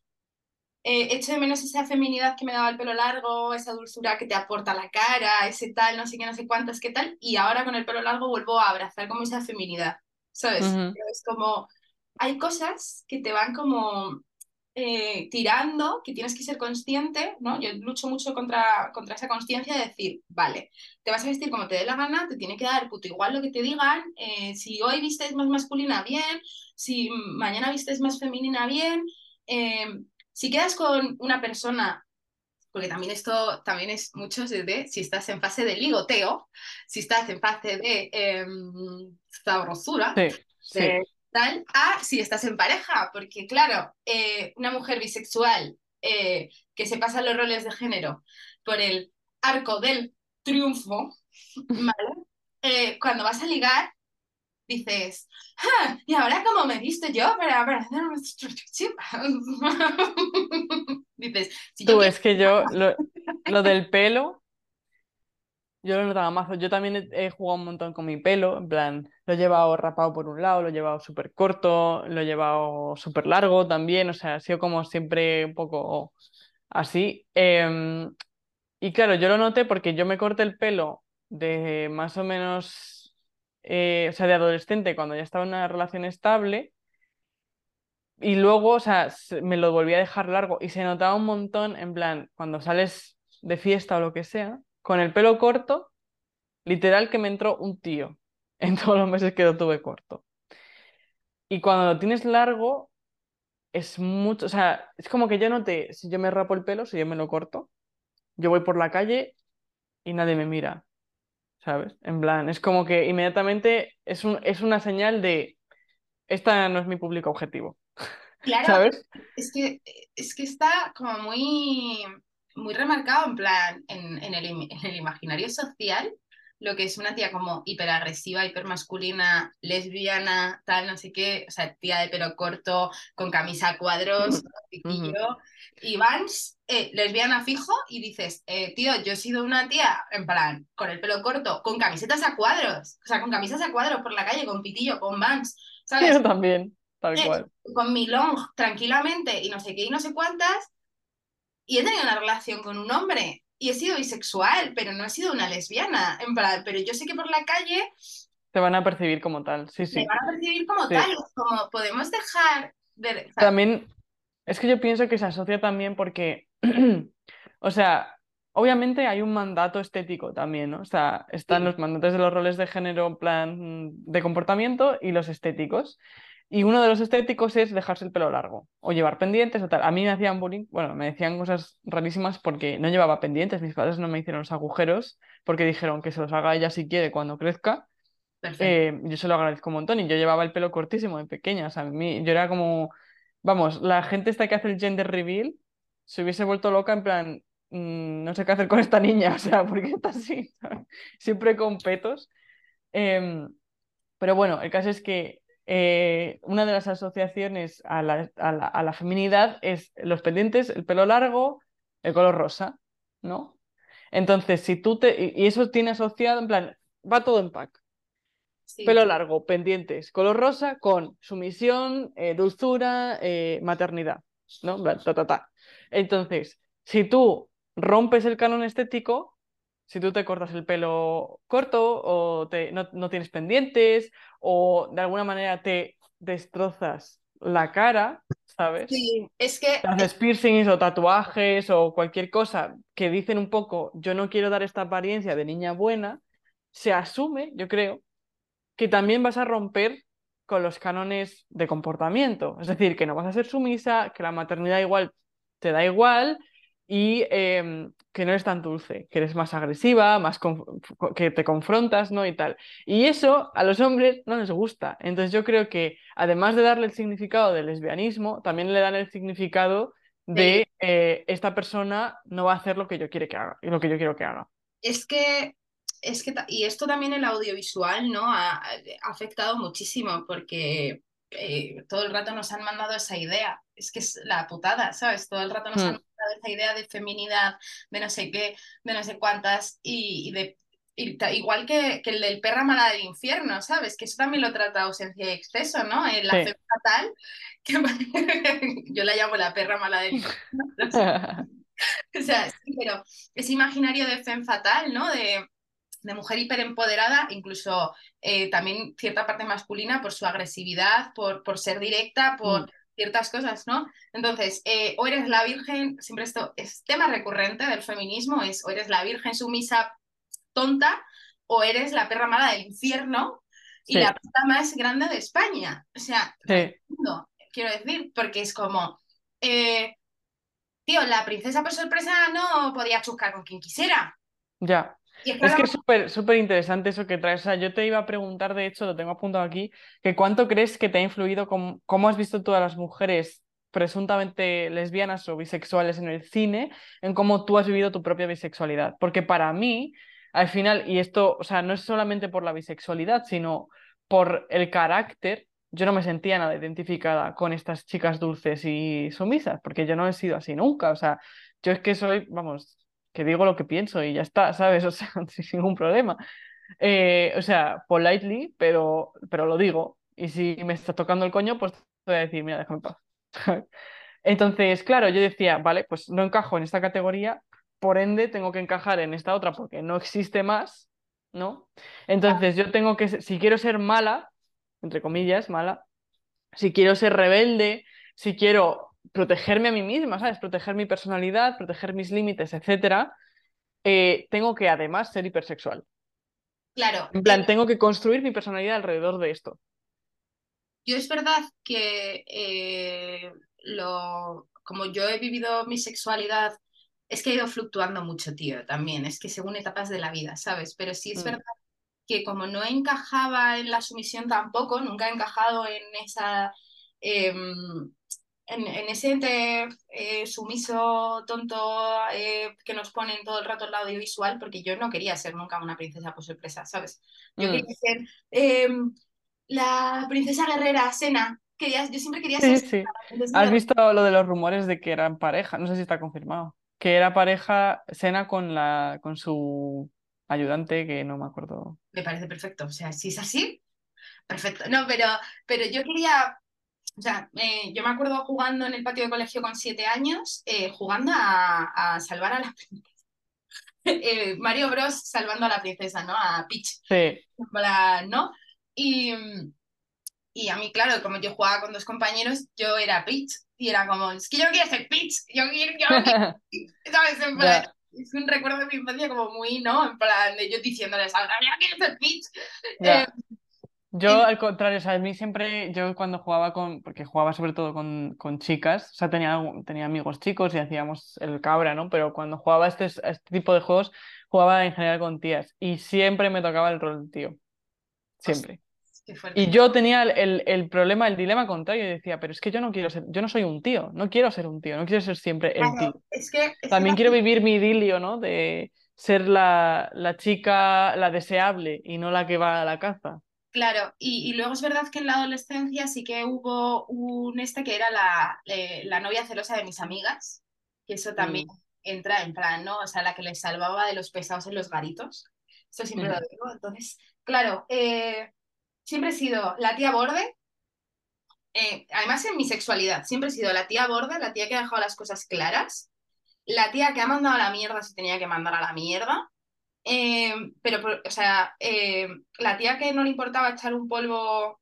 eh, echo de menos esa feminidad que me daba el pelo largo, esa dulzura que te aporta la cara, ese tal, no sé qué, no sé cuántas, qué tal, y ahora con el pelo largo vuelvo a abrazar como esa feminidad, ¿sabes? Ujú. Es como, hay cosas que te van como eh, tirando, que tienes que ser consciente, ¿no? Yo lucho mucho contra, contra esa conciencia de decir, vale, te vas a vestir como te dé la gana, te tiene que dar puto igual lo que te digan, eh, si hoy vistes más masculina, bien, si mañana vistes más femenina, bien. eh, si quedas con una persona, porque también esto también es mucho de si estás en fase de ligoteo, si estás en fase de eh, sabrosura, Sí, sí. de tal, a si estás en pareja, porque claro, eh, una mujer bisexual eh, que se pasa los roles de género por el arco del triunfo, ¿vale? Eh, cuando vas a ligar, dices, "Ah, ¿y ahora cómo me he visto yo para, para hacer nuestro chip?" Dices, si yo Tú, quiero... es que yo, lo, lo del pelo, yo lo notaba mazo. Yo también he, he jugado un montón con mi pelo, en plan, lo he llevado rapado por un lado, lo he llevado súper corto, lo he llevado súper largo también, o sea, ha sido como siempre un poco así. Em, y claro, yo lo noté porque yo me corté el pelo de más o menos, eh, o sea, de adolescente, cuando ya estaba en una relación estable. Y luego, o sea, se- me lo volví a dejar largo y se notaba un montón, en plan, cuando sales de fiesta o lo que sea, con el pelo corto, literal que me entró un tío en todos los meses que lo tuve corto. Y cuando lo tienes largo, es mucho, o sea, es como que yo noté, si yo me rapo el pelo, si yo me lo corto, yo voy por la calle y nadie me mira, ¿sabes? En plan, es como que inmediatamente es un, es una señal de, esta no es mi público objetivo, Claro, ¿sabes? es que, es que está como muy, muy remarcado en plan, en, en el, im- en el imaginario social, lo que es una tía como hiperagresiva, hipermasculina, lesbiana, tal, no sé qué, o sea, tía de pelo corto, con camisa a cuadros, Ujú. piquillo, y Vans, eh, lesbiana fijo, y dices, eh, tío, yo he sido una tía, en plan, con el pelo corto, con camisetas a cuadros, o sea, con camisas a cuadros por la calle, con pitillo, con Vans, ¿sabes? Yo también, tal eh, cual. con mi long tranquilamente y no sé qué y no sé cuántas, y he tenido una relación con un hombre y he sido bisexual, pero no he sido una lesbiana, en plan, pero yo sé que por la calle Te van a percibir como tal, sí, me sí, van a percibir como tal, sí. como podemos dejar de... O sea, También, es que yo pienso que se asocia también porque, o sea, obviamente hay un mandato estético también, ¿no? O sea, están sí, los mandatos de los roles de género, en plan de comportamiento y los estéticos. Y uno de los estéticos es dejarse el pelo largo o llevar pendientes o tal. A mí me hacían bullying, bueno, me decían cosas rarísimas porque no llevaba pendientes. Mis padres no me hicieron los agujeros porque dijeron que se los haga ella si quiere cuando crezca. perfecto. Eh, yo se lo agradezco un montón y yo llevaba el pelo cortísimo de pequeña, o sea, a mí, yo era como, vamos, la gente esta que hace el gender reveal se hubiese vuelto loca en plan, mm, no sé qué hacer con esta niña, o sea, ¿por qué está así? ¿sabes? Siempre con petos. Em, pero bueno, el caso es que eh, una de las asociaciones a la, a la, a la feminidad es los pendientes, el pelo largo, el color rosa, ¿no? Entonces, si tú te... Y y eso tiene asociado, en plan, va todo en pack. Sí, Pelo largo, pendientes, color rosa con sumisión, eh, dulzura, eh, maternidad, ¿no? Bla, ta, ta, ta. Entonces, si tú rompes el canon estético, si tú te cortas el pelo corto o te, no, no tienes pendientes o de alguna manera te destrozas la cara, ¿sabes? sí, es que Te haces piercings o tatuajes o cualquier cosa que dicen un poco, yo no quiero dar esta apariencia de niña buena, se asume, yo creo que también vas a romper con los cánones de comportamiento. Es decir, que no vas a ser sumisa, que la maternidad igual te da igual y eh, que no eres tan dulce, que eres más agresiva, más que te confrontas, ¿no? Y tal. Y eso a los hombres no les gusta. Entonces yo creo que además de darle el significado del lesbianismo, también le dan el significado del- de eh, esta persona no va a hacer lo que yo quiero que haga, lo que yo quiero que haga. es que, es que, ta- y esto también el audiovisual, ¿no? Ha, ha afectado muchísimo porque eh, todo el rato nos han mandado esa idea. Es que es la putada, ¿sabes? Todo el rato nos han Mm, mandado esa idea de feminidad, de no sé qué, de no sé cuántas, y, y de y ta- igual que, que el del perra mala del infierno, ¿sabes? Que eso también lo trata ausencia y exceso, ¿no? En la fe sí. fatal, que yo la llamo la perra mala del infierno. No sé. O sea, sí, pero ese imaginario de femme fatal, ¿no? De, de mujer hiperempoderada, incluso eh, también cierta parte masculina por su agresividad, por, por ser directa, por Mm, ciertas cosas, ¿no? Entonces, eh, o eres la virgen, siempre esto es tema recurrente del feminismo, es o eres la virgen sumisa tonta o eres la perra mala del infierno y la sí, puta más grande de España, o sea, del sí. mundo, quiero decir, porque es como... Eh, tío, la princesa por sorpresa no podía chuscar con quien quisiera. Ya. Y es que Es que ahora es súper súper interesante eso que traes. O sea, yo te iba a preguntar, de hecho, lo tengo apuntado aquí, que cuánto crees que te ha influido, cómo, cómo has visto tú a las mujeres presuntamente lesbianas o bisexuales en el cine, en cómo tú has vivido tu propia bisexualidad. Porque para mí, al final, y esto, o sea, no es solamente por la bisexualidad, sino por el carácter, yo no me sentía nada identificada con estas chicas dulces y sumisas, porque yo no he sido así nunca. O sea, yo es que soy, vamos, que digo lo que pienso y ya está, ¿sabes? O sea, sin ningún problema. Eh, o sea, politely, pero, pero lo digo. Y si me está tocando el coño, pues te voy a decir, mira, déjame en paz. Entonces, claro, yo decía, vale, pues no encajo en esta categoría, por ende tengo que encajar en esta otra porque no existe más, ¿no? Entonces yo tengo que, si quiero ser mala, entre comillas, mala, si quiero ser rebelde, si quiero protegerme a mí misma, ¿sabes? Proteger mi personalidad, proteger mis límites, etcétera, eh, tengo que además ser hipersexual. Claro, En eh, plan, tengo que construir mi personalidad alrededor de esto. yo es verdad que eh, lo, como yo he vivido mi sexualidad, es que ha ido fluctuando mucho, tío, también, es que según etapas de la vida, ¿sabes? Pero sí es Mm, verdad que como no encajaba en la sumisión tampoco, nunca he encajado en esa... em, en, en ese ente eh, sumiso, tonto, eh, que nos ponen todo el rato el audiovisual, porque yo no quería ser nunca una princesa por sorpresa, ¿sabes? Yo mm. quería ser eh, la princesa guerrera, Sena. Quería, yo siempre quería ser Sí, Senna, sí. la princesa ¿Has guerrera. visto lo de los rumores de que eran pareja? No sé si está confirmado. Que era pareja Sena con la con su ayudante, que no me acuerdo. Me parece perfecto. O sea, si es así, perfecto. No, pero, pero yo quería, o sea, eh, yo me acuerdo jugando en el patio de colegio con siete años, eh, jugando a, a salvar a la eh, Mario Bros. Salvando a la princesa, ¿no? A Peach. Sí. En plan, ¿no? Y, y a mí, claro, como yo jugaba con dos compañeros, yo era Peach. Y era como, es que yo no quiero ser Peach, yo, quiero, yo no quiero, ¿sabes? En plan, Ya, es un recuerdo de mi infancia como muy, ¿no? En plan, de yo diciéndoles, a yo no quiero ser Peach. Eh, ya. Yo, en- al contrario, o sea, a mí siempre, yo cuando jugaba con, porque jugaba sobre todo con, con chicas, o sea, tenía, tenía amigos chicos y hacíamos el cabra, ¿no? Pero cuando jugaba a este, a este tipo de juegos, jugaba en general con tías y siempre me tocaba el rol tío, Hostia, siempre. qué fuerte. Y yo tenía el, el, el problema, el dilema contrario, y decía, pero es que yo no quiero ser, yo no soy un tío, no quiero ser un tío, no quiero ser siempre el tío. Claro, es que, es que También quiero también, vivir mi idilio, ¿no? De ser la, la chica, la deseable y no la que va a la caza. claro, y, y luego es verdad que en la adolescencia sí que hubo un este que era la, eh, la novia celosa de mis amigas, que eso también Mm. entra en plan, ¿no? O sea, la que les salvaba de los pesados en los garitos. Esto siempre lo digo. Entonces, claro, eh, siempre he sido la tía borde, eh, además en mi sexualidad, siempre he sido la tía borde, la tía que ha dejado las cosas claras, la tía que ha mandado a la mierda si tenía que mandar a la mierda, eh, pero, por- o sea, eh, la tía que no le importaba echar un polvo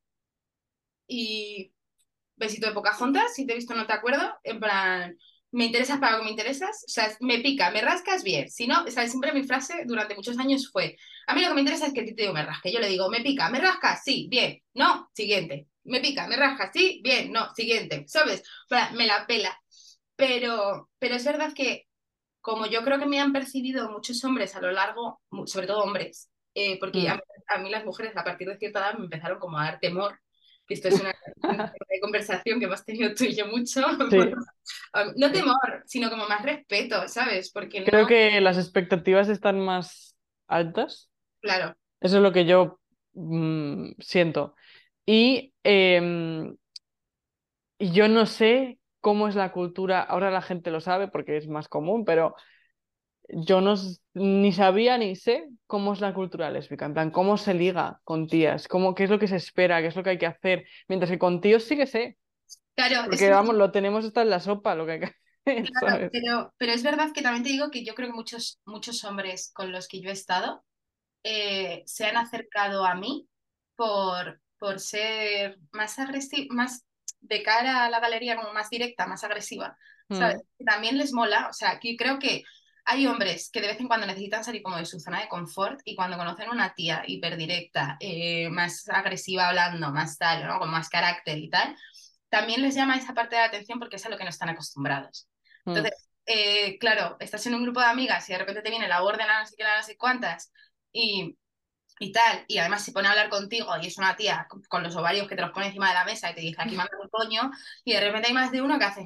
y besito de Pocahontas, si te he visto no te acuerdo, en plan, me interesas para lo que me interesas, o sea, me pica, me rascas bien, si no, o sea, siempre mi frase durante muchos años fue, a mí lo que me interesa es que a ti te digo me rasque, yo le digo, me pica, me rascas, sí, bien, no, siguiente, me pica, me rascas, sí, bien, no, siguiente, ¿sabes? O sea, me la pela, pero, pero es verdad que como yo creo que me han percibido muchos hombres a lo largo, mu- sobre todo hombres, eh, porque a, Mm. a mí las mujeres a partir de cierta edad me empezaron como a dar temor, que esto es una, un tema de conversación que hemos tenido tú y yo mucho, Sí, A mí- no sí. temor, sino como más respeto, ¿sabes? Porque Creo no, que las expectativas están más altas. claro, Eso es lo que yo mm, siento. Y, em, y yo no sé cómo es la cultura, ahora la gente lo sabe porque es más común, pero yo no s- ni sabía ni sé cómo es la cultura lésbica, en plan, cómo se liga con tías, cómo, qué es lo que se espera, qué es lo que hay que hacer, mientras que con tíos sí que sé, claro, es porque que vamos, lo tenemos hasta en la sopa, lo que hay que hacer, claro, ¿sabes? pero, pero es verdad que también te digo que yo creo que muchos, muchos hombres con los que yo he estado eh, se han acercado a mí por, por ser más agresiva, más de cara a la galería, como más directa, más agresiva, ¿sabes? Mm, Que también les mola, o sea, que creo que hay hombres que de vez en cuando necesitan salir como de su zona de confort y cuando conocen una tía hiperdirecta, eh, más agresiva hablando, más tal, ¿no? Con más carácter y tal, también les llama esa parte de la atención porque es a lo que no están acostumbrados. mm. Entonces, eh, claro, estás en un grupo de amigas y de repente te viene la orden a no sé qué, a no sé cuántas y, y tal, y además se pone a hablar contigo y es una tía con, con los ovarios que te los pone encima de la mesa y te dice aquí manda tu coño, y de repente hay más de uno que hace,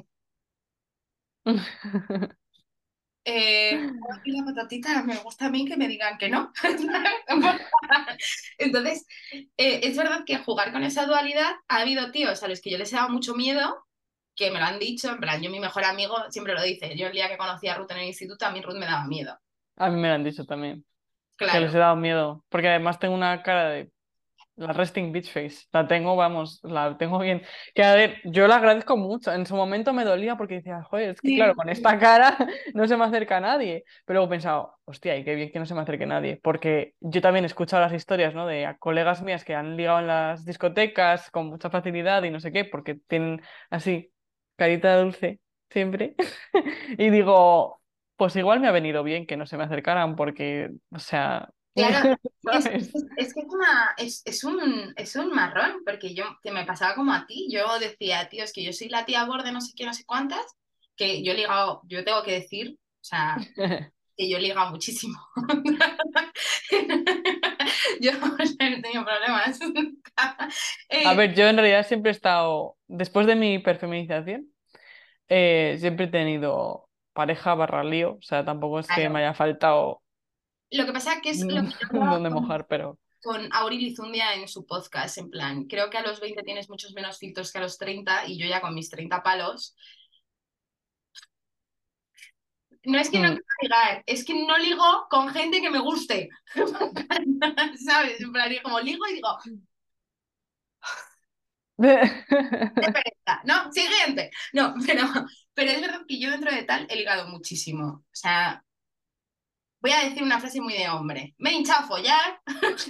eh, aquí la patatita, me gusta a mí que me digan que no. Entonces, eh, es verdad que jugar con esa dualidad ha habido tíos a los que yo les he dado mucho miedo, que me lo han dicho, en plan, yo mi mejor amigo siempre lo dice, yo el día que conocí a Ruth en el instituto, a mí Ruth me daba miedo. A mí me lo han dicho también, que les Claro, he dado miedo, porque además tengo una cara de La resting bitch face, la tengo, vamos, la tengo bien. Que a ver, yo la agradezco mucho. En su momento me dolía porque decía, joder, es que claro, Sí, con esta cara no se me acerca a nadie. Pero luego he pensado, hostia, y qué bien que no se me acerque nadie. Porque yo también he escuchado las historias, ¿no? De a colegas mías que han ligado en las discotecas con mucha facilidad y no sé qué, porque tienen así, carita dulce, siempre. Y digo, pues igual me ha venido bien que no se me acercaran, porque, o sea, claro, es, ¿sabes? es, es que es, una, es, es un, es un marrón, porque yo, que me pasaba como a ti, yo decía, tío, es que yo soy la tía borde no sé qué, no sé cuántas, que yo he ligado, yo tengo que decir, o sea, que yo he ligado muchísimo. Yo o sea, no he tenido problemas. A Eh, ver, yo en realidad siempre he estado, después de mi perfeminización, eh, siempre he tenido pareja barra lío, o sea, tampoco es que me claro. haya faltado Lo que pasa que es lo que yo hablaba donde con, mojar, pero con Auri Lizundia en su podcast, en plan, creo que a los veinte tienes muchos menos filtros que a los treinta y yo ya con mis treinta palos. No es que no hmm. quiero ligar, es que no ligo con gente que me guste. ¿Sabes? En plan, y como ligo y digo, qué pereza. No, siguiente. No, pero, pero es verdad que yo dentro de tal he ligado muchísimo. O sea, voy a decir una frase muy de hombre. Me he hinchado a follar.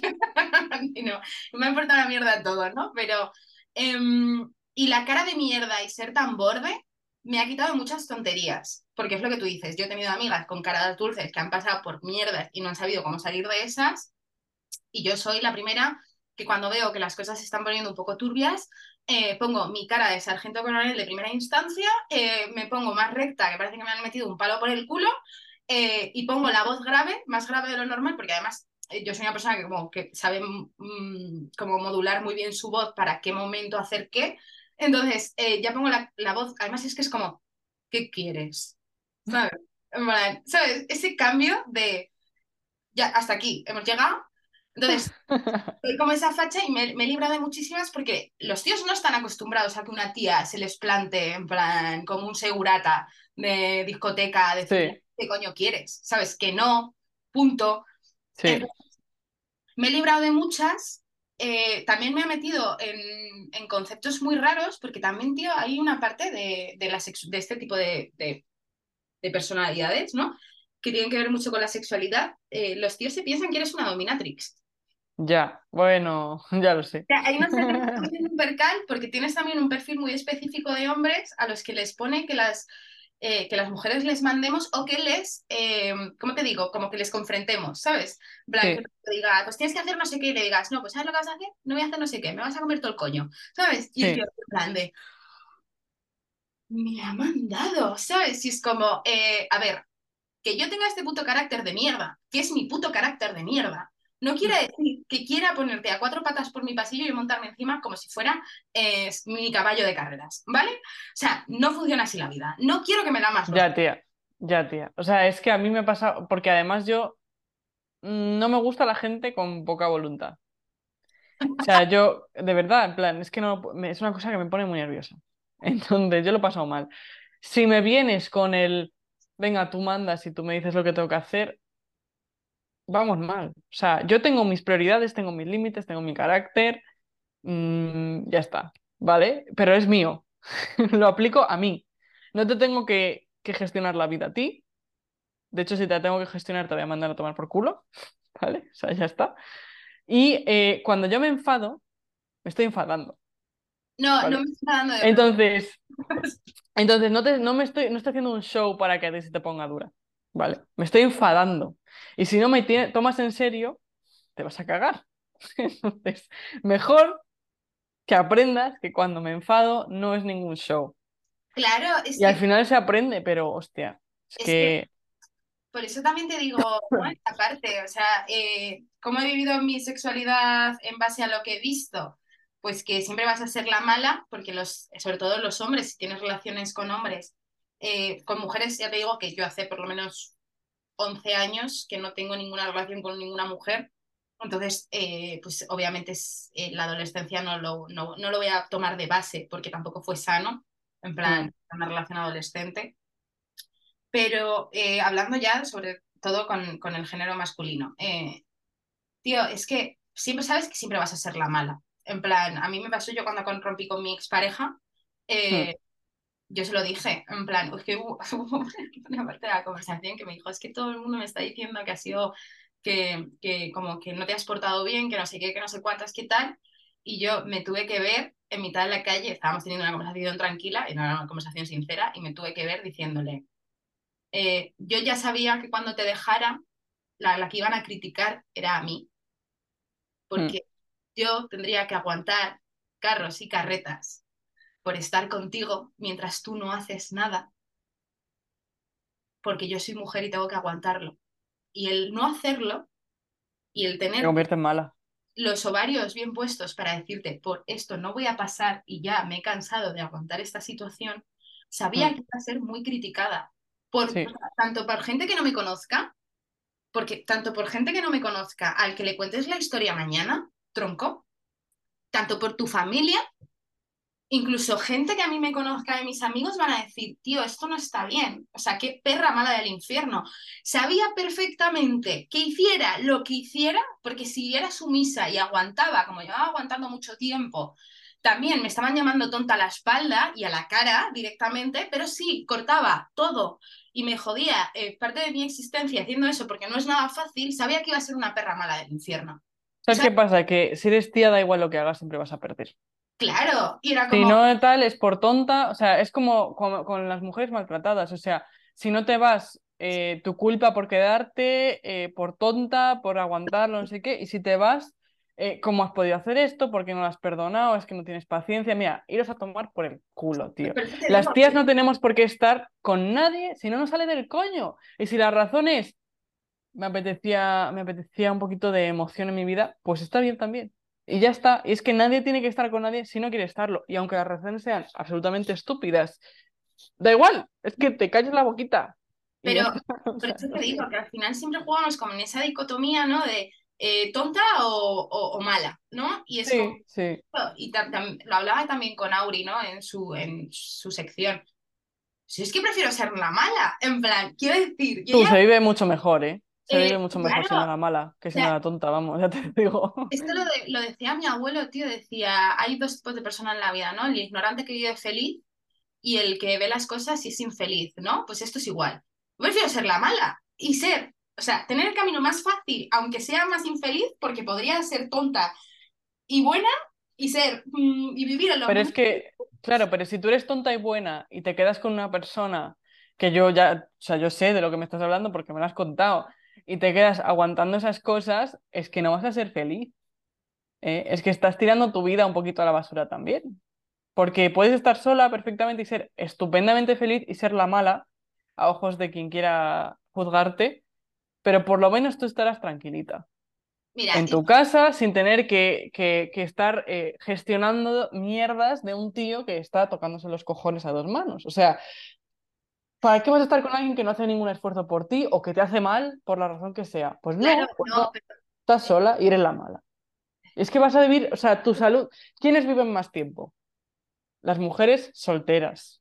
Y no, me ha importado una mierda todo, ¿no? Pero, em, y la cara de mierda y ser tan borde me ha quitado muchas tonterías. Porque es lo que tú dices. Yo he tenido amigas con caras dulces que han pasado por mierdas y no han sabido cómo salir de esas. Y yo soy la primera que cuando veo que las cosas se están poniendo un poco turbias, eh, pongo mi cara de sargento coronel de primera instancia, eh, me pongo más recta, que parece que me han metido un palo por el culo, eh, y pongo la voz grave, más grave de lo normal, porque además eh, yo soy una persona que como que sabe mm, como modular muy bien su voz para qué momento hacer qué. Entonces, eh, ya pongo la, la voz, además es que es como, ¿qué quieres? ¿Sabes? En plan, ¿sabes? Ese cambio de, ya, hasta aquí, hemos llegado. Entonces, soy como esa facha y me, me he librado de muchísimas porque los tíos no están acostumbrados a que una tía se les plante en plan como un segurata de discoteca a decirle, Sí, ¿qué coño quieres? ¿Sabes? Que no, punto. sí, Entonces, me he librado de muchas. Eh, también me he metido en, en, conceptos muy raros porque también, tío, hay una parte de, de, la sexu- de este tipo de, de, de, personalidades, ¿no? Que tienen que ver mucho con la sexualidad. Eh, los tíos se piensan que eres una dominatrix. ya, bueno, ya lo sé. Sea, ahí no sé, tenemos un percal porque tienes también un perfil muy específico de hombres a los que les pone que las, eh, que las mujeres les mandemos o que les, eh, ¿cómo te digo? Como que les confrontemos, ¿sabes? En plan, que Sí, te diga, pues tienes que hacer no sé qué y le digas, no, pues ¿sabes lo que vas a hacer? No voy a hacer no sé qué, me vas a comer todo el coño, ¿sabes? Y el tío sí, en plan de, me ha mandado, ¿sabes? Y es como, eh, a ver, que yo tenga este puto carácter de mierda, que es mi puto carácter de mierda, no quiere decir que quiera ponerte a cuatro patas por mi pasillo y montarme encima como si fuera eh, mi caballo de carreras, ¿vale? O sea, no funciona así la vida. No quiero que me la más los... ya, tía, ya, tía. O sea, es que a mí me ha pasado, porque además yo mm, no me gusta la gente con poca voluntad. O sea, yo, de verdad, en plan, es que no, me- es una cosa que me pone muy nerviosa. Entonces, yo lo he pasado mal. Si me vienes con el, venga, tú mandas y tú me dices lo que tengo que hacer, vamos mal. O sea, yo tengo mis prioridades, tengo mis límites, tengo mi carácter, mm, ya está, ¿vale? Pero es mío. Lo aplico a mí. No te tengo que, que gestionar la vida a ti. De hecho, si te la tengo que gestionar, te voy a mandar a tomar por culo, ¿vale? O sea, ya está. Y eh, cuando yo me enfado, me estoy enfadando. No, no ¿Vale? me está dando de problema. Entonces, entonces no te, no me estoy, no estoy haciendo un show para que a ti se te ponga dura, ¿vale? Me estoy enfadando. Y si no me tiene- tomas en serio, te vas a cagar. Entonces, mejor que aprendas que cuando me enfado no es ningún show. Claro, es Y al que, final se aprende, pero hostia, es es que que por eso también te digo, ¿no? Esta parte, o sea, eh, ¿cómo he vivido mi sexualidad en base a lo que he visto? Pues que siempre vas a ser la mala, porque los, sobre todo los hombres, si tienes relaciones con hombres, eh, con mujeres, ya te digo que yo hace por lo menos once años que no tengo ninguna relación con ninguna mujer. Entonces, eh, pues obviamente es, eh, la adolescencia no lo, no, no lo voy a tomar de base porque tampoco fue sano, en mm, plan, una relación adolescente. Pero eh, hablando ya sobre todo con, con el género masculino, eh, tío, es que siempre sabes que siempre vas a ser la mala. En plan, a mí me pasó yo cuando con- rompí con mi expareja, Mm. eh, yo se lo dije, en plan, es que hubo, hubo una parte de la conversación que me dijo, es que todo el mundo me está diciendo que ha sido, que, que como que no te has portado bien, que no sé qué, que no sé cuántas, qué tal, y yo me tuve que ver en mitad de la calle, estábamos teniendo una conversación tranquila, y no era una conversación sincera, y me tuve que ver diciéndole, eh, yo ya sabía que cuando te dejara, la, la que iban a criticar era a mí, Mm. porque yo tendría que aguantar carros y carretas por estar contigo mientras tú no haces nada, porque yo soy mujer y tengo que aguantarlo. Y el no hacerlo y el Te tener convierte en mala. los ovarios bien puestos para decirte, por esto no voy a pasar y ya me he cansado de aguantar esta situación, sabía Mm. que iba a ser muy criticada, por, Sí. tanto por gente que no me conozca, porque tanto por gente que no me conozca, al que le cuentes la historia mañana, tronco, tanto por tu familia. Incluso gente que a mí me conozca de mis amigos van a decir, tío, esto no está bien. O sea, qué perra mala del infierno. Sabía perfectamente que hiciera lo que hiciera, porque si era sumisa y aguantaba, como llevaba aguantando mucho tiempo, también me estaban llamando tonta a la espalda y a la cara directamente, pero sí, cortaba todo y me jodía eh, parte de mi existencia haciendo eso porque no es nada fácil, sabía que iba a ser una perra mala del infierno. Y ¿Sabes qué sabes, pasa? Que si eres tía, da igual lo que hagas, siempre vas a perder. claro, y era Si como, no tal, es por tonta, o sea, es como, como con las mujeres maltratadas, o sea, si no te vas, eh, tu culpa por quedarte, eh, por tonta, por aguantarlo, no sé qué, y si te vas, eh, ¿cómo has podido hacer esto? ¿Por qué no lo has perdonado? Es que no tienes paciencia. Mira, iros a tomar por el culo, tío. pero eso te Las digo, tías no tenemos por qué estar con nadie si no nos sale del coño. Y si la razón es, me apetecía, me apetecía un poquito de emoción en mi vida, pues está bien también. Y ya está. Y es que nadie tiene que estar con nadie si no quiere estarlo. Y aunque las razones sean absolutamente estúpidas, da igual, es que te calles la boquita. Y ya pero está. O por sea, eso no te sé. digo que al final siempre jugamos como en esa dicotomía, ¿no? De eh, tonta o, o- o mala, ¿no? Y es como, Sí, sí. y tam- tam- lo hablaba también con Auri, ¿no? En su, en su sección. Si es que prefiero ser la mala, en plan, quiero decir, yo Tú, ya, se vive mucho mejor, ¿eh? Se vive eh, mucho mejor claro, siendo la mala que o siendo sea, la tonta, vamos, ya te digo. esto lo, de- lo decía mi abuelo, tío, decía, hay dos tipos de personas en la vida, ¿no? El ignorante que vive feliz y el que ve las cosas y es infeliz, ¿no? Pues esto es igual. Yo prefiero ser la mala y ser, o sea, tener el camino más fácil, aunque sea más infeliz, porque podría ser tonta y buena y ser mm, y vivir en los Pero es mundos. que, claro, pero si tú eres tonta y buena y te quedas con una persona que yo ya, o sea, yo sé de lo que me estás hablando porque me lo has contado, y te quedas aguantando esas cosas, es que no vas a ser feliz. ¿Eh? Es que estás tirando tu vida un poquito a la basura también. Porque puedes estar sola perfectamente y ser estupendamente feliz y ser la mala a ojos de quien quiera juzgarte, pero por lo menos tú estarás tranquilita Mira, en y tu casa sin tener que, que- que estar eh, gestionando mierdas de un tío que está tocándose los cojones a dos manos. O sea, ¿para qué vas a estar con alguien que no hace ningún esfuerzo por ti o que te hace mal por la razón que sea? Pues claro, no, pues no, no, pero estás sola y eres la mala. Es que vas a vivir, o sea, tu salud. ¿Quiénes viven más tiempo? Las mujeres solteras.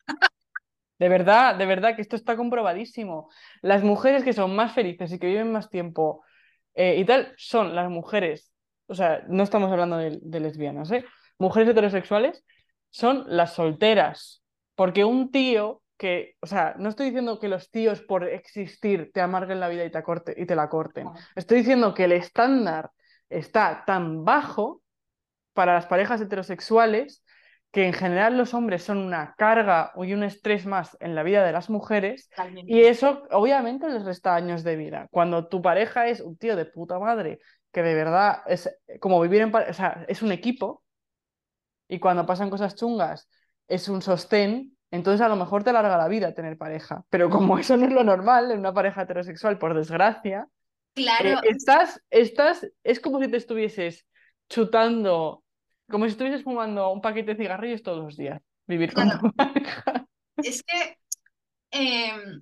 De verdad, de verdad que esto está comprobadísimo. Las mujeres que son más felices y que viven más tiempo eh, y tal son las mujeres, o sea, no estamos hablando de, de lesbianas, ¿eh? Mujeres heterosexuales son las solteras. Porque un tío que, o sea, no estoy diciendo que los tíos por existir te amarguen la vida y te, acorte, y te la corten. no. Estoy diciendo que el estándar está tan bajo para las parejas heterosexuales, que en general los hombres son una carga y un estrés más en la vida de las mujeres, y Totalmente. eso obviamente les resta años de vida. Cuando tu pareja es un tío de puta madre, que de verdad es como vivir en pareja, o sea, es un equipo, y cuando pasan cosas chungas es un sostén, entonces a lo mejor te alarga la vida tener pareja. Pero como eso no es lo normal en una pareja heterosexual, por desgracia, eh, Claro, es- estás, estás, es como si te estuvieses chutando, como si estuvieses fumando un paquete de cigarrillos todos los días, vivir con claro, tu pareja. es que, em,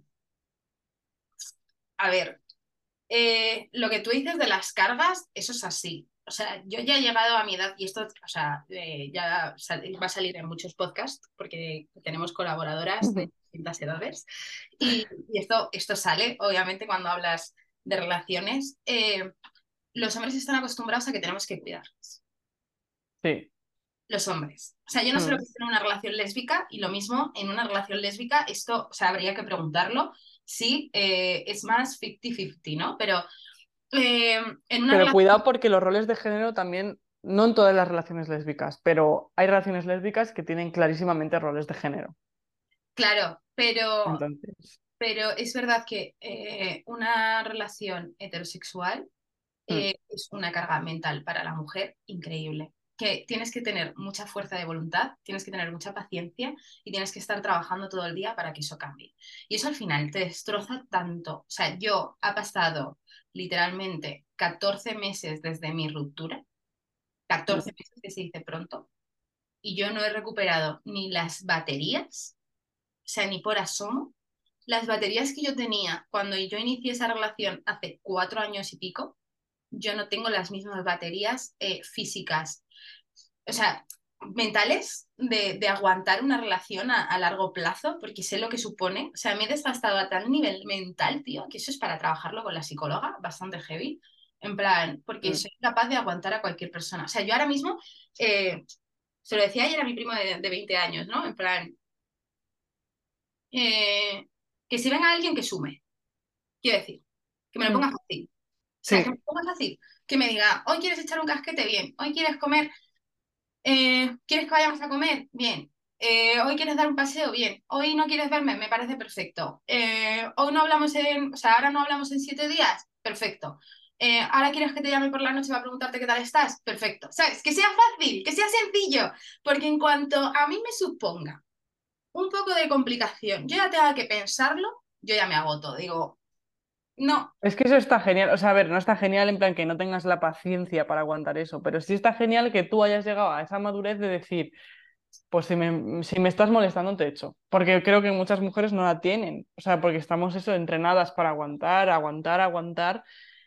a ver, eh, lo que tú dices de las cargas, eso es así. O sea, yo ya he llegado a mi edad, y esto, o sea, eh, ya sal- va a salir en muchos podcasts, porque tenemos colaboradoras de distintas edades, y, y esto, esto sale, obviamente, cuando hablas de relaciones. Eh, los hombres están acostumbrados a que tenemos que cuidarlos. Sí. Los hombres. O sea, yo no sé lo Mm. que es tener una relación lésbica y lo mismo en una relación lésbica, esto, o sea, habría que preguntarlo si eh, es más cincuenta cincuenta, ¿no? Pero eh, en una Pero relación, cuidado porque los roles de género también, no en todas las relaciones lésbicas, pero hay relaciones lésbicas que tienen clarísimamente roles de género. claro, pero, Entonces, pero es verdad que eh, una relación heterosexual mm, eh, es una carga mental para la mujer increíble. Que tienes que tener mucha fuerza de voluntad, tienes que tener mucha paciencia y tienes que estar trabajando todo el día para que eso cambie. Y eso al final te destroza tanto. O sea, yo ha pasado literalmente catorce meses desde mi ruptura, catorce mm, meses que se dice pronto, y yo no he recuperado ni las baterías, o sea, ni por asomo. Las baterías que yo tenía cuando yo inicié esa relación hace cuatro años y pico, yo no tengo las mismas baterías eh, físicas, o sea, mentales de, de aguantar una relación a, a, largo plazo, porque sé lo que supone. O sea, me he desgastado a tal nivel mental, tío, que eso es para trabajarlo con la psicóloga, bastante heavy. En plan, porque mm, soy capaz de aguantar a cualquier persona. O sea, yo ahora mismo, eh, se lo decía ayer a mi primo de, de veinte años, ¿no? En plan, eh, que si venga alguien que sume, quiero decir, que me lo mm. ponga fácil. O sea, que me Sí, lo ponga fácil. Que me diga, hoy quieres echar un casquete, bien. Hoy quieres comer. Eh, ¿quieres que vayamos a comer? Bien. Eh, ¿hoy quieres dar un paseo? Bien. ¿Hoy no quieres verme? Me parece perfecto. Eh, ¿hoy no hablamos en, o sea, ahora no hablamos en siete días? Perfecto. Eh, ¿ahora quieres que te llame por la noche para preguntarte qué tal estás? Perfecto. ¿Sabes? Que sea fácil, que sea sencillo, porque en cuanto a mí me suponga un poco de complicación, yo ya tenga que pensarlo, yo ya me agoto. Digo, no, es que eso está genial. O sea, a ver, no está genial en plan que no tengas la paciencia para aguantar eso, pero sí está genial que tú hayas llegado a esa madurez de decir, pues si me, si me estás molestando, te echo. Porque creo que muchas mujeres no la tienen. O sea, porque estamos eso, entrenadas para aguantar, aguantar, aguantar.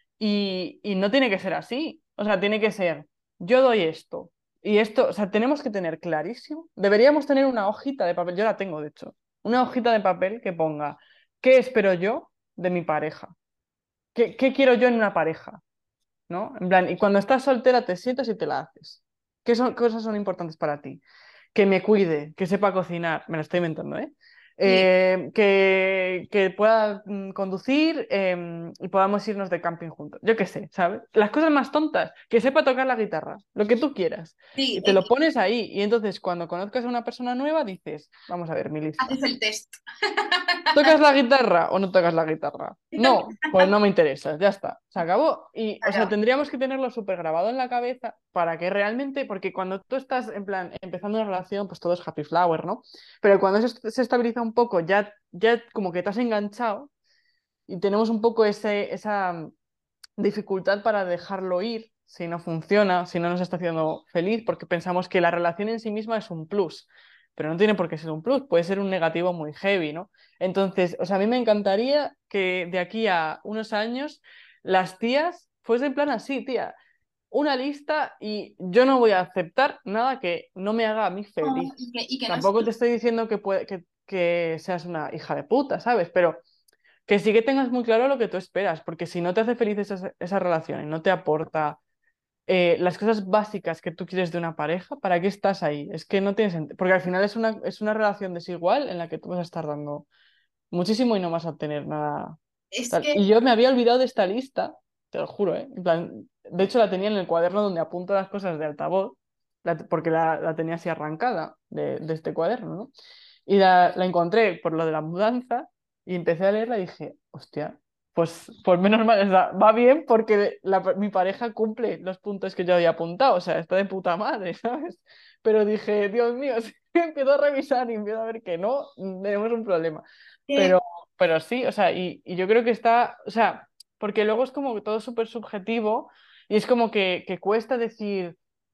Y, y no tiene que ser así. O sea, tiene que ser, yo doy esto. Y esto, o sea, tenemos que tener clarísimo. Deberíamos tener una hojita de papel, yo la tengo de hecho, una hojita de papel que ponga, ¿qué espero yo de mi pareja? ¿Qué, qué quiero yo en una pareja? ¿No? En plan, y cuando estás soltera te sientas y te la haces. ¿Qué son, qué cosas son importantes para ti? Que me cuide, que sepa cocinar, me lo estoy inventando, ¿eh? sí. Eh, que, que pueda mm, conducir em, y podamos irnos de camping juntos. Yo qué sé, ¿sabes? Las cosas más tontas, que sepa tocar la guitarra, lo que tú quieras. Sí, Y te eh, lo pones ahí. Y entonces cuando conozcas a una persona nueva dices, vamos a ver mi lista. haces el test. ¿Tocas la guitarra o no tocas la guitarra? No, pues no me interesa, ya está, se acabó. Y, o sea, Claro. tendríamos que tenerlo súper grabado en la cabeza para que realmente, porque cuando tú estás en plan empezando una relación, pues todo es happy flower, ¿no? Pero cuando se, se estabiliza un poco, ya, ya como que te has enganchado y tenemos un poco ese, esa dificultad para dejarlo ir si no funciona, si no nos está haciendo feliz, porque pensamos que la relación en sí misma es un plus, pero no tiene por qué ser un plus, puede ser un negativo muy heavy, ¿no? Entonces, o sea, a mí me encantaría que de aquí a unos años las tías fuesen en plan así, tía, una lista y yo no voy a aceptar nada que no me haga a mí No, feliz. y que, y que no es. Tampoco te estoy diciendo que, puede, que, que seas una hija de puta, ¿sabes? Pero que sí que tengas muy claro lo que tú esperas, porque si no te hace feliz esa, esa relación y no te aporta eh, las cosas básicas que tú quieres de una pareja, ¿para qué estás ahí? Es que no tiene sentido, porque al final es una, es una relación desigual en la que tú vas a estar dando muchísimo y no vas a obtener nada Es tal. que Y yo me había olvidado de esta lista, te lo juro, ¿eh? En plan, de hecho la tenía en el cuaderno donde apunto las cosas de altavoz, la- porque la, la tenía así arrancada de, de este cuaderno, ¿no? Y la, la encontré por lo de la mudanza y empecé a leerla y dije, hostia, pues, pues menos mal, o sea, va bien porque la- mi pareja cumple los puntos que yo había apuntado, o sea, está de puta madre, ¿sabes? Pero dije, Dios mío, si empiezo a revisar y empiezo a ver que no, tenemos un problema. que Pero, pero sí, o sea, y, y yo creo que está, o sea, porque luego es como que todo súper subjetivo y es como que, que cuesta decir,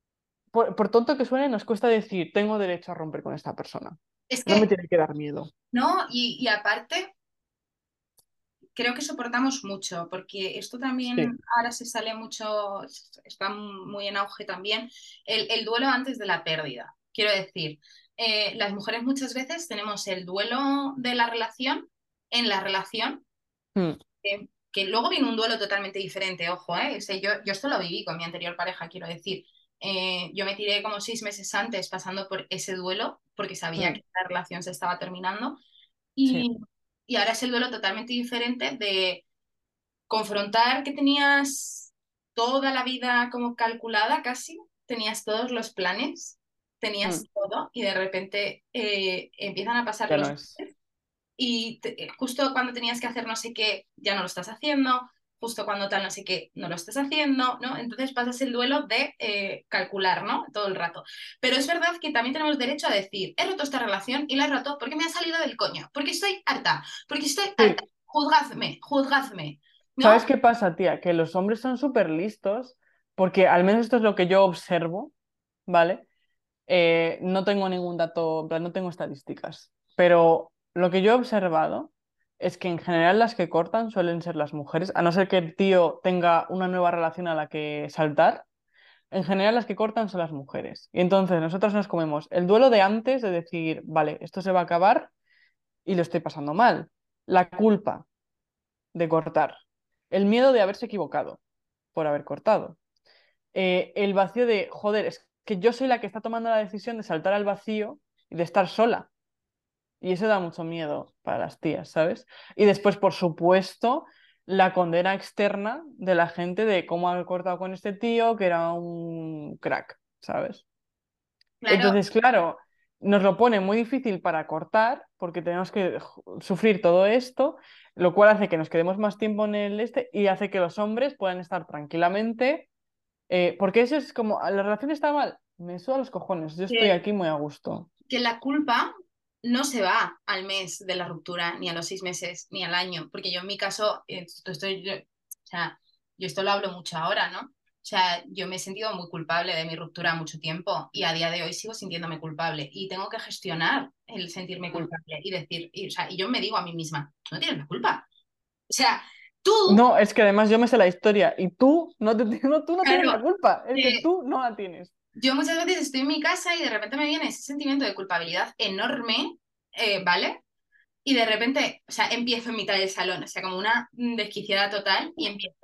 por, por tonto que suene, nos cuesta decir, tengo derecho a romper con esta persona. es No me que tiene que dar miedo. no, y, y aparte, creo que soportamos mucho, porque esto también Sí. ahora se sale mucho, está muy en auge también, el, el duelo antes de la pérdida. Quiero decir, eh, las mujeres muchas veces tenemos el duelo de la relación en la relación. Mm, eh, que luego viene un duelo totalmente diferente, ojo, ¿eh? O sea, yo, yo esto lo viví con mi anterior pareja, quiero decir. Eh, yo me tiré como seis meses antes pasando por ese duelo, porque sabía Mm, que la relación se estaba terminando, sí. y, y ahora es el duelo totalmente diferente de confrontar que tenías toda la vida como calculada casi, tenías todos los planes, Mm, tenías todo, y de repente eh, empiezan a pasar ya no los es. meses y te- justo cuando tenías que hacer no sé qué, ya no lo estás haciendo, justo cuando tal no sé qué, no lo estás haciendo, ¿no? Entonces pasas el duelo de eh, calcular, ¿no? Todo el rato. Pero es verdad que también tenemos derecho a decir, he roto esta relación y la he roto porque me ha salido del coño, porque estoy harta, porque estoy harta. Sí. Juzgadme, juzgadme, ¿Sabes ¿no? qué pasa, tía? Que los hombres son súper listos, porque al menos esto es lo que yo observo, ¿vale? Eh, no tengo ningún dato, en plan, no tengo estadísticas, pero lo que yo he observado es que en general las que cortan suelen ser las mujeres, a no ser que el tío tenga una nueva relación a la que saltar, en general las que cortan son las mujeres. Y entonces nosotros nos comemos el duelo de antes de decir, vale, esto se va a acabar y lo estoy pasando mal. La culpa de cortar. El miedo de haberse equivocado por haber cortado. Eh, el vacío de, joder, es que yo soy la que está tomando la decisión de saltar al vacío y de estar sola. Y eso da mucho miedo para las tías, ¿sabes? Y después, por supuesto, la condena externa de la gente de cómo haber cortado con este tío, que era un crack, ¿sabes? Claro, Entonces, claro, nos lo pone muy difícil para cortar porque tenemos que ju- sufrir todo esto, lo cual hace que nos quedemos más tiempo en el este y hace que los hombres puedan estar tranquilamente, eh, porque eso es como, la relación está mal, me suda los cojones, yo estoy que, aquí muy a gusto. que la culpa no se va al mes de la ruptura, ni a los seis meses, ni al año, porque yo en mi caso, eh, esto estoy, yo- o sea, yo esto lo hablo mucho ahora, ¿no? O sea, yo me he sentido muy culpable de mi ruptura mucho tiempo y a día de hoy sigo sintiéndome culpable y tengo que gestionar el sentirme Mm. culpable y decir, y, o sea, y yo me digo a mí misma, tú no tienes la culpa. O sea, tú, No, es que además yo me sé la historia y tú no, te, no, tú no tienes la claro, culpa, es que eh, tú no la tienes. yo muchas veces estoy en mi casa y de repente me viene ese sentimiento de culpabilidad enorme, eh, ¿vale? Y de repente, o sea, empiezo en mitad del salón, o sea, como una desquiciada total y empiezo,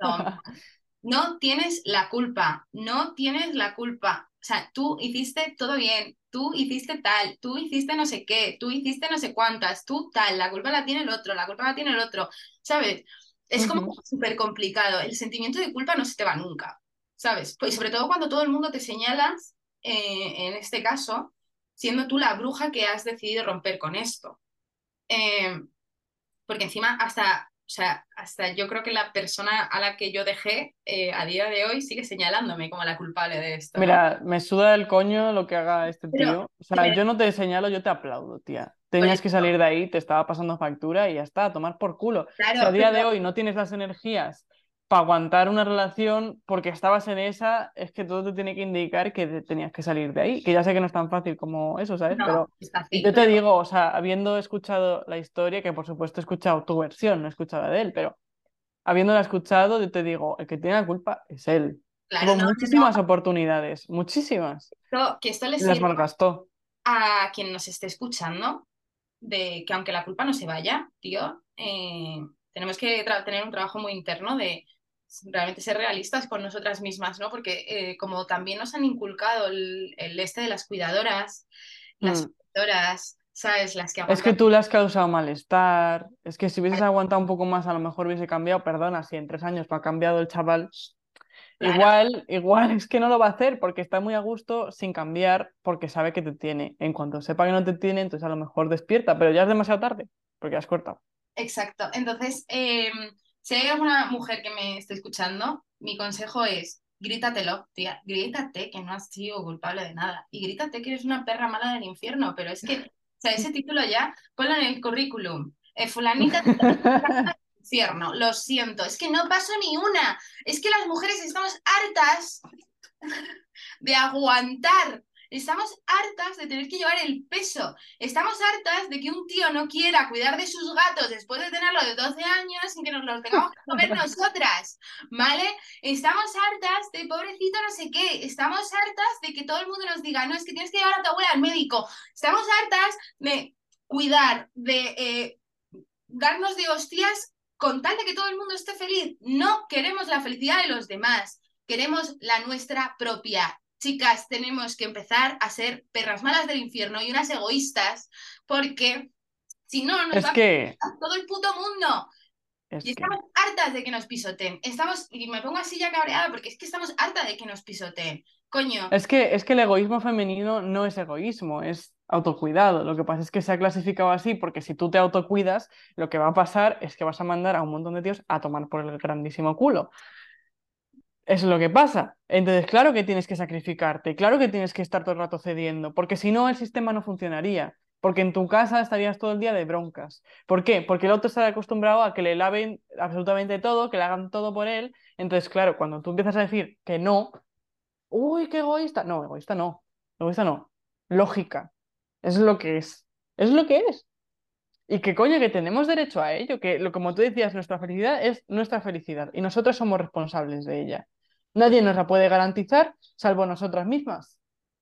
no tienes la culpa, no tienes la culpa. O sea, tú hiciste todo bien, tú hiciste tal, tú hiciste no sé qué, tú hiciste no sé cuántas, tú tal, la culpa la tiene el otro, la culpa la tiene el otro, ¿sabes? Es como Ujú. súper complicado. El sentimiento de culpa no se te va nunca, ¿sabes? Pues, y sobre todo cuando todo el mundo te señalas, eh, en este caso, siendo tú la bruja que has decidido romper con esto. Eh, porque encima hasta, o sea, hasta yo creo que la persona a la que yo dejé eh, a día de hoy sigue señalándome como la culpable de esto, ¿no? Mira, me suda el coño lo que haga este Pero, tío. O sea, pero, yo no te señalo, yo te aplaudo, tía. por Tenías que eso, salir de ahí, te estaba pasando factura y ya está, a tomar por culo. Si a claro, día pero, de hoy no tienes las energías para aguantar una relación porque estabas en esa, es que todo te tiene que indicar que te- tenías que salir de ahí. Que ya sé que no es tan fácil como eso, ¿sabes? no, Pero es fácil, yo te pero, digo, o sea, habiendo escuchado la historia, que por supuesto he escuchado tu versión, no he escuchado la de él, pero habiéndola escuchado, yo te digo, el que tiene la culpa es él. claro, Tuvo no, no, muchísimas oportunidades, muchísimas, no, que esto le y las sirva malgastó. a quien nos esté escuchando, de que aunque la culpa no se vaya, tío, eh, tenemos que tra- tener un trabajo muy interno de realmente ser realistas con nosotras mismas, ¿no? Porque eh, como también nos han inculcado el, el este de las cuidadoras, las Mm. cuidadoras, ¿sabes? Las que Es que aguantan. tú le has causado malestar, es que si hubieses aguantado un poco más, a lo mejor hubiese cambiado, perdona, si en tres años no ha cambiado el chaval, Claro, igual, igual es que no lo va a hacer porque está muy a gusto sin cambiar porque sabe que te tiene. En cuanto sepa que no te tiene, entonces a lo mejor despierta, pero ya es demasiado tarde porque has cortado. exacto. Entonces, eh, si hay alguna mujer que me esté escuchando, mi consejo es, grítatelo, tía, grítate que no has sido culpable de nada. Y grítate que eres una perra mala del infierno, pero es que, o sea, ese título ya, ponlo en el currículum. Eh, fulanita del infierno, lo siento, es que no paso ni una. Es que las mujeres estamos hartas de aguantar. Estamos hartas de tener que llevar el peso. Estamos hartas de que un tío no quiera cuidar de sus gatos después de tenerlo de doce años sin que nos los tengamos que comer nosotras, ¿vale? Estamos hartas de pobrecito no sé qué. Estamos hartas de que todo el mundo nos diga, no, es que tienes que llevar a tu abuela al médico. Estamos hartas de cuidar, de eh, darnos de hostias con tal de que todo el mundo esté feliz. No queremos la felicidad de los demás, queremos la nuestra propia. Chicas, tenemos que empezar a ser perras malas del infierno y unas egoístas, porque si no, nos va Es a que, a todo el puto mundo. Y es estamos que, hartas de que nos pisoteen. Estamos, y me pongo así ya cabreada porque es que estamos hartas de que nos pisoteen. Coño, es que, es que el egoísmo femenino no es egoísmo, es autocuidado. Lo que pasa es que se ha clasificado así porque si tú te autocuidas, lo que va a pasar es que vas a mandar a un montón de tíos a tomar por el grandísimo culo. Eso es lo que pasa. Entonces, claro que tienes que sacrificarte, claro que tienes que estar todo el rato cediendo, porque si no, el sistema no funcionaría. Porque en tu casa estarías todo el día de broncas. ¿Por qué? Porque el otro está acostumbrado a que le laven absolutamente todo, que le hagan todo por él. Entonces, claro, cuando tú empiezas a decir que no, uy, qué egoísta. No, egoísta no. Egoísta no. Lógica. Es lo que es. Es lo que es. Y que coño, que tenemos derecho a ello, que lo, como tú decías, nuestra felicidad es nuestra felicidad y nosotros somos responsables de ella. Nadie nos la puede garantizar salvo nosotras mismas.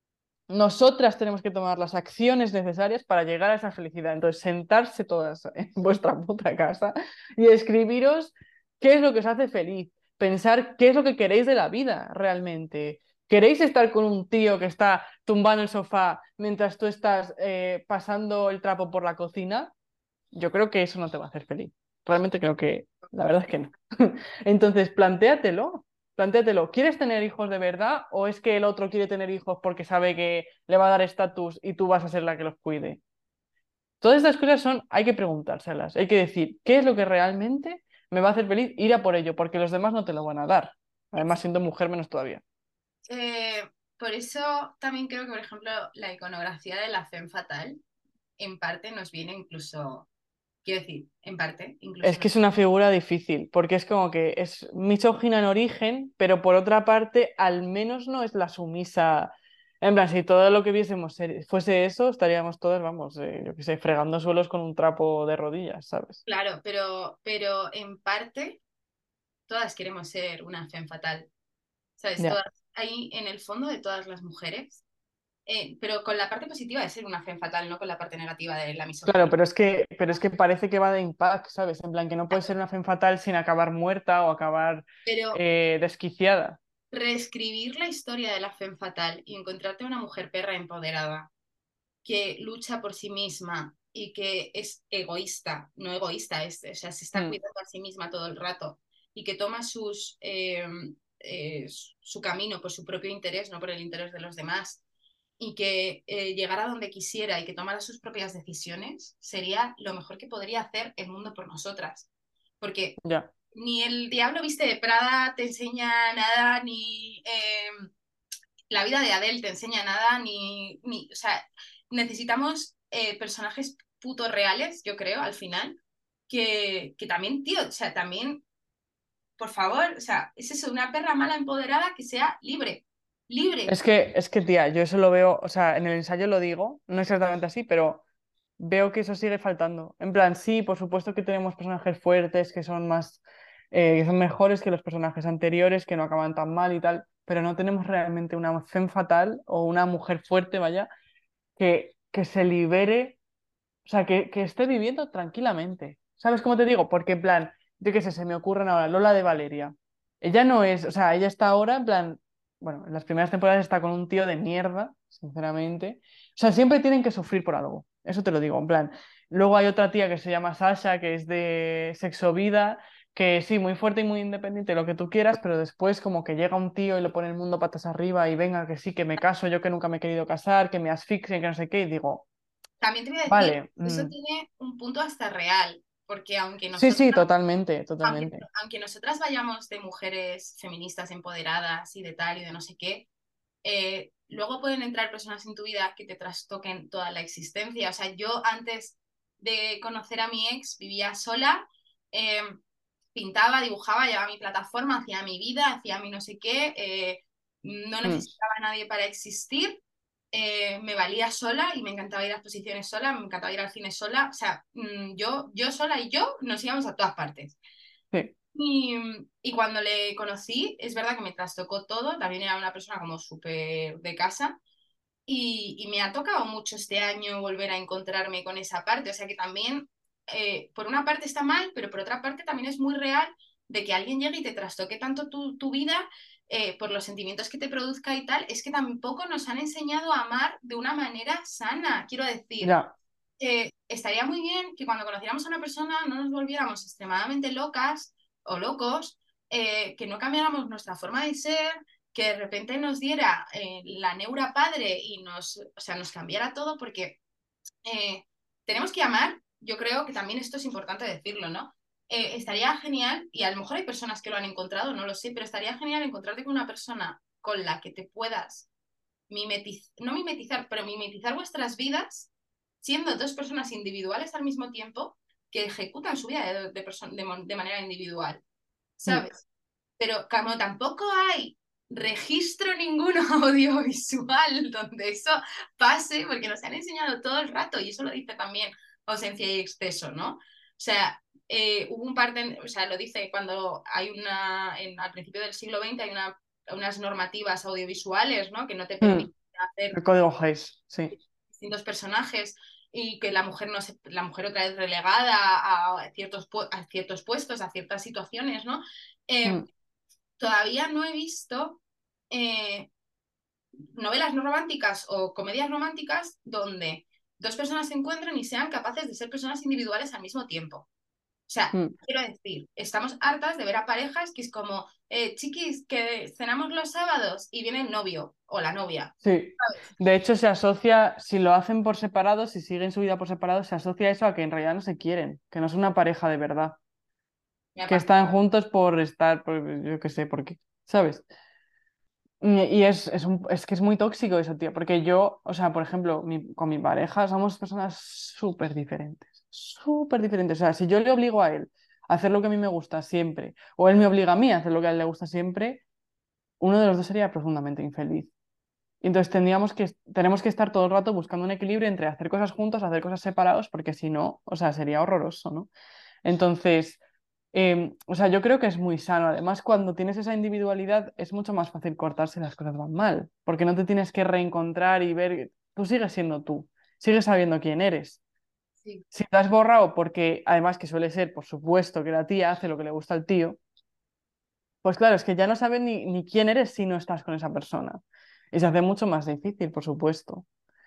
Nosotras tenemos que tomar las acciones necesarias para llegar a esa felicidad. Entonces, sentarse todas en vuestra puta casa y escribiros qué es lo que os hace feliz, pensar qué es lo que queréis de la vida realmente. ¿Queréis estar con un tío que está tumbado en el sofá mientras tú estás eh, pasando el trapo por la cocina? Yo creo que eso no te va a hacer feliz. Realmente creo que la verdad es que no. Entonces, plantéatelo, plantéatelo. ¿Quieres tener hijos de verdad o es que el otro quiere tener hijos porque sabe que le va a dar estatus y tú vas a ser la que los cuide? Todas estas cosas son, hay que preguntárselas, hay que decir, ¿qué es lo que realmente me va a hacer feliz? Ir a por ello, porque los demás no te lo van a dar. Además, siendo mujer, menos todavía. eh, por eso también creo que, por ejemplo, la iconografía de la femme fatal, en parte nos viene incluso, quiero decir, en parte, incluso Es que nos... es una figura difícil, porque es como que es misógina en origen, pero por otra parte, al menos no es la sumisa. En plan, si todo lo que viésemos ser- fuese eso, estaríamos todos, vamos, eh, yo qué sé, fregando suelos con un trapo de rodillas, ¿sabes? Claro, pero, pero en parte todas queremos ser una femme fatal, ¿sabes? Ya. Todas, ahí en el fondo de todas las mujeres, eh, pero con la parte positiva de ser una femme fatal, no con la parte negativa de la Claro, misoginia. pero es que, pero es que parece que va de impact, ¿sabes? En plan, que no puede ser una femme fatal sin acabar muerta o acabar Pero eh, desquiciada. reescribir la historia de la femme fatal y encontrarte una mujer perra empoderada que lucha por sí misma y que es egoísta, no egoísta, es, o sea, se está Mm, cuidando a sí misma todo el rato y que toma sus, eh, eh, su camino por su propio interés, no por el interés de los demás, y que eh, llegara donde quisiera y que tomara sus propias decisiones, sería lo mejor que podría hacer el mundo por nosotras. Porque ya. ni el diablo viste de Prada te enseña nada, ni eh, la vida de Adele te enseña nada, ni, ni o sea, necesitamos eh, personajes putos reales, yo creo, al final, que, que también, tío, o sea, también, por favor, o sea, es eso, una perra mala empoderada que sea libre, libre. Es que, es que, tía, yo eso lo veo, o sea, en el ensayo lo digo, no exactamente así, pero veo que eso sigue faltando. En plan, sí, por supuesto que tenemos personajes fuertes que son más, eh, que son mejores que los personajes anteriores, que no acaban tan mal y tal, pero no tenemos realmente una femme fatal o una mujer fuerte, vaya, que, que se libere, o sea, que, que esté viviendo tranquilamente. ¿Sabes cómo te digo? Porque en plan, yo qué sé, se me ocurren ahora Lola de Valeria. Ella no es, o sea, ella está ahora en plan, bueno, en las primeras temporadas está con un tío de mierda, sinceramente. O sea, siempre tienen que sufrir por algo. Eso te lo digo, en plan. Luego hay otra tía que se llama Sasha, que es de Sexo Vida, que sí, muy fuerte y muy independiente, lo que tú quieras, pero después como que llega un tío y le pone el mundo patas arriba y venga, que sí, que me caso, yo que nunca me he querido casar, que me asfixien, que no sé qué, y digo, También te voy a decir, vale. eso mm, tiene un punto hasta real, porque aunque Sí, nosotros sí, totalmente, aunque, totalmente. aunque nosotras vayamos de mujeres feministas empoderadas y de tal y de no sé qué, eh, luego pueden entrar personas en tu vida que te trastoquen toda la existencia. O sea, yo antes de conocer a mi ex vivía sola, eh, pintaba, dibujaba, llevaba mi plataforma, hacía mi vida, hacía mi no sé qué, eh, no Mm, necesitaba a nadie para existir, eh, me valía sola y me encantaba ir a exposiciones sola, me encantaba ir al cine sola, o sea, mm, yo, yo sola y yo nos íbamos a todas partes. sí. Y, y cuando le conocí, es verdad que me trastocó todo, también era una persona como súper de casa y, y me ha tocado mucho este año volver a encontrarme con esa parte, o sea que también eh, por una parte está mal, pero por otra parte también es muy real de que alguien llegue y te trastoque tanto tu, tu vida eh, por los sentimientos que te produzca y tal, es que tampoco nos han enseñado a amar de una manera sana. Quiero decir, Ya, eh, estaría muy bien que cuando conociéramos a una persona no nos volviéramos extremadamente locas o locos, eh, que no cambiáramos nuestra forma de ser, que de repente nos diera eh, la neura padre y nos, o sea, nos cambiara todo, porque eh, tenemos que amar, yo creo que también esto es importante decirlo, ¿no? Eh, estaría genial, y a lo mejor hay personas que lo han encontrado, no lo sé, pero estaría genial encontrarte con una persona con la que te puedas mimetizar, no mimetizar, pero mimetizar vuestras vidas, siendo dos personas individuales al mismo tiempo que ejecutan su vida de, de, de, de manera individual, mm, ¿sabes? Pero como tampoco hay registro ninguno audiovisual donde eso pase, porque nos han enseñado todo el rato, y eso lo dice también Ausencia y Exceso, ¿no? O sea, eh, hubo un par de, o sea, lo dice cuando hay una, en, al principio del siglo veinte hay una, unas normativas audiovisuales, ¿no? Que no te mm. permiten hacer El código Hayes, sí. distintos personajes y que la mujer no se, la mujer otra vez relegada a ciertos, a ciertos puestos, a ciertas situaciones, ¿no? Eh, Mm, todavía no he visto eh, novelas no románticas o comedias románticas donde dos personas se encuentren y sean capaces de ser personas individuales al mismo tiempo. O sea, mm. quiero decir, estamos hartas de ver a parejas que es como, eh, chiquis, que cenamos los sábados y viene el novio o la novia, Sí, ¿sabes? de hecho se asocia, si lo hacen por separado, si siguen su vida por separado, se asocia eso a que en realidad no se quieren, que no es una pareja de verdad, Me que pasa. están juntos por estar, por, yo qué sé, por qué, ¿sabes? Y y es, es, un- es que es muy tóxico eso, tío, porque yo, o sea, por ejemplo, mi- con mi pareja somos personas súper diferentes, súper diferentes. O sea, si yo le obligo a él a hacer lo que a mí me gusta siempre, o él me obliga a mí a hacer lo que a él le gusta siempre, uno de los dos sería profundamente infeliz. Y entonces tendríamos que, tenemos que estar todo el rato buscando un equilibrio entre hacer cosas juntos, hacer cosas separados, porque si no, o sea, sería horroroso, ¿no? Entonces, eh, o sea, yo creo que es muy sano. Además, cuando tienes esa individualidad, es mucho más fácil cortar si las cosas van mal, porque no te tienes que reencontrar y ver, tú sigues siendo tú, sigues sabiendo quién eres. Sí. Si te has borrado, porque además que suele ser, por supuesto, que la tía hace lo que le gusta al tío, pues claro, es que ya no sabes ni, ni quién eres si no estás con esa persona. Y se hace mucho más difícil, por supuesto.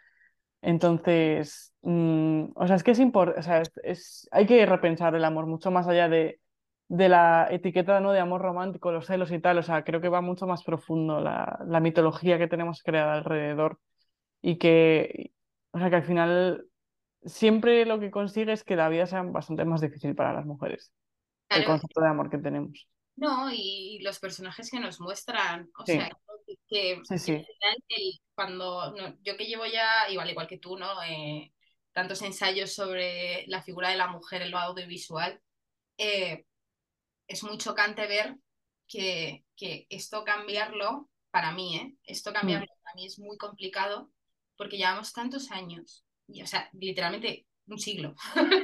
Entonces, mm, o sea, es que es importante, o sea, es, es- hay que repensar el amor mucho más allá de, de la etiqueta, ¿no? De amor romántico, los celos y tal. O sea, creo que va mucho más profundo la, la mitología que tenemos creada alrededor y que, o sea, que al final siempre lo que consigue es que la vida sea bastante más difícil para las mujeres, el Claro, concepto de amor que tenemos. no, y los personajes que nos muestran, o sea, Sí, que, que sí, al sí, final, el- cuando no, yo que llevo ya, igual igual que tú, ¿no? Eh, tantos ensayos sobre la figura de la mujer en lo audiovisual, eh, es muy chocante ver que, que esto cambiarlo, para mí, ¿eh? Esto mm, cambiarlo para mí es muy complicado porque llevamos tantos años, y, o sea, literalmente un siglo,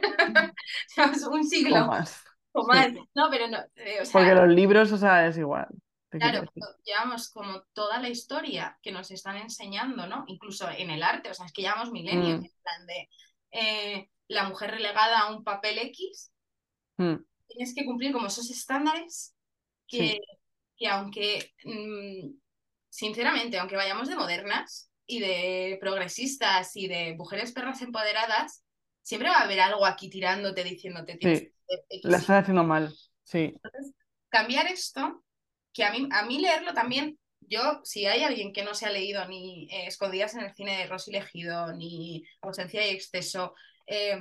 llevamos un o siglo más. o más, Sí, no, pero no, eh, o porque sea, los libros, o sea, es igual, te quiero claro, decir. llevamos como toda la historia que nos están enseñando, ¿no? Incluso en el arte, o sea, es que llevamos milenios, Mm, en plan de eh, la mujer relegada a un papel X, mm, tienes que cumplir como esos estándares que, sí. que aunque, mm, sinceramente, aunque vayamos de modernas y de progresistas y de mujeres perras empoderadas, siempre va a haber algo aquí tirándote, diciéndote tienes que Sí, hacer la X. estás haciendo mal. Sí, Entonces, cambiar esto, que a mí, a mí leerlo también, yo, si hay alguien que no se ha leído ni eh, Escondidas en el cine de Rosy Legido, ni Ausencia y Exceso, eh,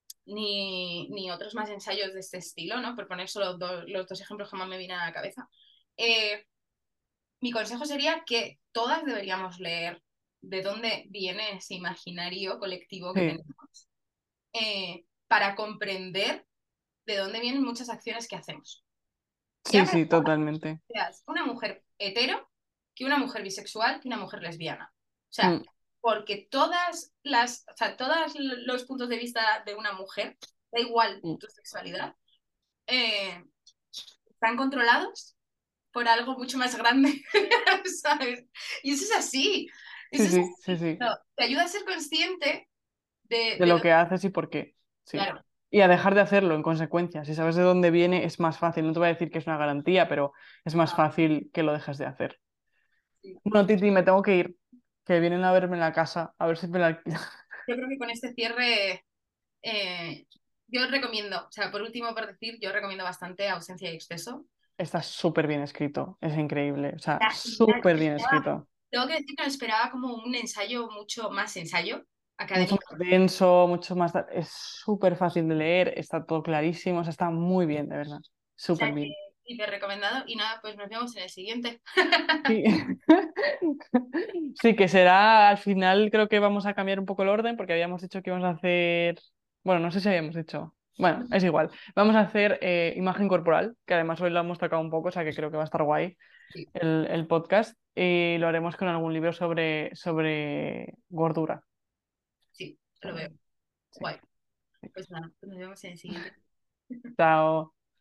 ni, ni otros más ensayos de este estilo, ¿no? Por poner solo do- los dos ejemplos que más me vienen a la cabeza, eh, mi consejo sería que todas deberíamos leer de dónde viene ese imaginario colectivo que sí, tenemos, eh, para comprender de dónde vienen muchas acciones que hacemos. Ya sí, sí, totalmente. seas una mujer hetero, que una mujer bisexual, que una mujer lesbiana. O sea, Mm, porque todas las, o sea, todos los puntos de vista de una mujer, da igual mm. tu sexualidad, eh, están controlados por algo mucho más grande, ¿sabes? Y eso es así, Sí, eso es sí, sí, así. sí. No, te ayuda a ser consciente de, De de lo dónde, que haces y por qué. Sí. claro, y a dejar de hacerlo en consecuencia. Si sabes de dónde viene, es más fácil. No te voy a decir que es una garantía, pero es más Ah, fácil que lo dejes de hacer. sí. Bueno, Titi, me tengo que ir, que vienen a verme en la casa, a ver si me la alquilan. Yo creo que con este cierre, eh, yo recomiendo, o sea, por último, por decir, yo recomiendo bastante Ausencia y Exceso. Está súper bien escrito, es increíble, o sea, Ya, ya súper bien esperaba- escrito. tengo que decir que me esperaba como un ensayo mucho más ensayo Mucho académico. más denso, mucho más... da- Es súper fácil de leer, está todo clarísimo, o sea, está muy bien, de verdad, O sea súper que bien. hiper recomendado. Y nada, pues nos vemos en el siguiente. Sí. Sí, que será al final, creo que vamos a cambiar un poco el orden porque habíamos dicho que íbamos a hacer, bueno, no sé si habíamos dicho, bueno, es igual, vamos a hacer eh, imagen corporal, que además hoy lo hemos tocado un poco, o sea que creo que va a estar guay Sí, el, el podcast y lo haremos con algún libro sobre, sobre gordura. sí, lo veo. sobre- Sí, Guay. sí. Pues nada, pues nos vemos en el siguiente. Chao.